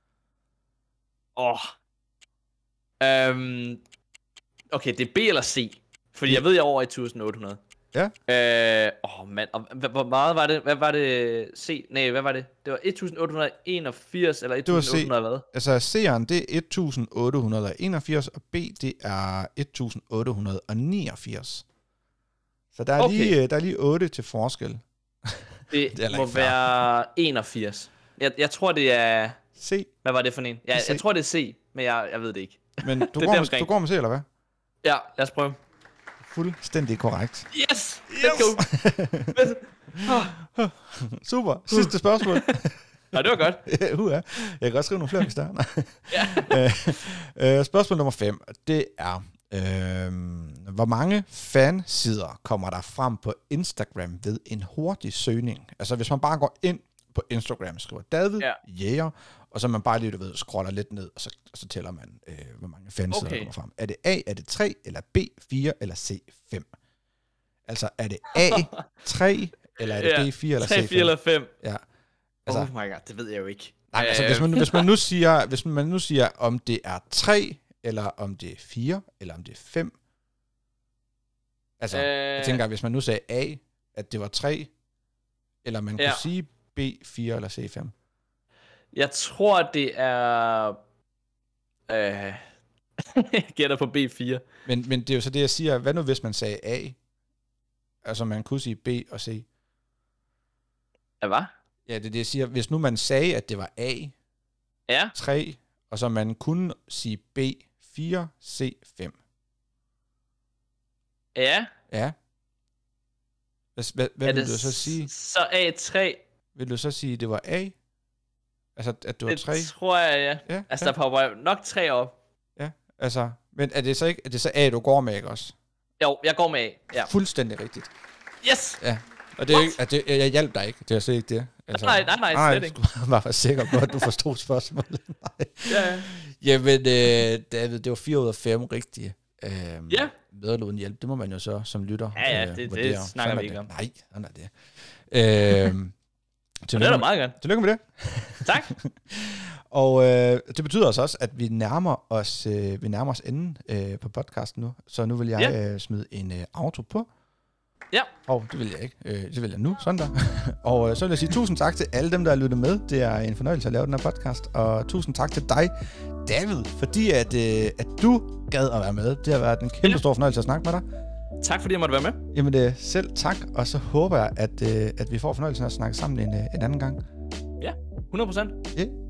Okay, det er B eller C? Fordi jeg ved, jeg er over 1800. Ja. Mand. Og hvor meget var det? Hvad var det? C? Nej, hvad var det? Det var 1881 eller 1800 hvad? Altså C'eren, det er 1881, og B, det er 1889. Så der er lige 8 til forskel. Det må være 81. Jeg tror, det er... C. Hvad var det for en? Ja, jeg tror, det er C, men jeg ved det ikke. Men du går med C, eller hvad? Ja, lad os prøve. Fuldstændig korrekt. Yes! Let's go! Super. Sidste spørgsmål. Nå, det var godt. Jeg kan også skrive nogle flere, hvis der er. Spørgsmål nummer 5, det er, hvor mange fansider kommer der frem på Instagram ved en hurtig søgning? Altså, hvis man bare går ind på Instagram, skriver David Jæger, og så man bare lige, scroller lidt ned, og så tæller man, hvor mange fansider der kommer frem. Er det A, er det 3, eller B, 4, eller C, 5? Altså, er det A, 3, eller er det B, 4, eller C, 5? 3, 4 eller 5. Ja. Altså, oh my god, det ved jeg jo ikke. Nej, altså, hvis man nu siger, om det er 3, eller om det er 4, eller om det er 5. Altså, jeg tænker, hvis man nu sagde A, at det var 3, eller man kunne sige B, 4 eller C, 5. Jeg tror, det er... jeg gætter på B4. Men det er jo så det, jeg siger. Hvad nu, hvis man sagde A? Altså, man kunne sige B og C. Ja, hvad? Ja, det er det, jeg siger. Hvis nu man sagde, at det var A, 3, og så man kunne sige B, 4, C, 5. Ja. Ja. Hvad vil du så sige? Så A3. Vil du så sige, at det var A? Altså, at det var 3? Det tror jeg, ja. Altså, der popper nok 3 op. Ja, altså... Men er det så ikke... Er det så A, du går med, ikke også? Jo, jeg går med A, ja. Fuldstændig rigtigt. Yes! Ja. Og det er ikke... jeg hjalp dig ikke. Det er så ikke det. Altså, nej, slet ikke. Jeg var bare sikker på, at du forstod spørgsmålet. Nej. Ja. Jamen, David, det var 4 ud af 5 rigtige. Ja. Med eller uden hjælp, det må man jo så som lytter. Ja, det snakker vi ikke om. Nej, sådan er det. Det er da meget godt. Tillykke med det. Tak. Og det betyder også, at vi nærmer os enden på podcasten nu. Så nu vil jeg smide en outro på. Ja. Og det vil jeg ikke. Det vil jeg nu, sådan der. Og så vil jeg sige tusind tak til alle dem, der har lyttet med. Det er en fornøjelse at lave den her podcast. Og tusind tak til dig, David, fordi at du gad at være med. Det har været en kæmpe stor fornøjelse at snakke med dig. Tak fordi jeg måtte være med. Jamen selv tak, og så håber jeg, at vi får fornøjelsen af at snakke sammen en anden gang. Ja, 100%. Ja.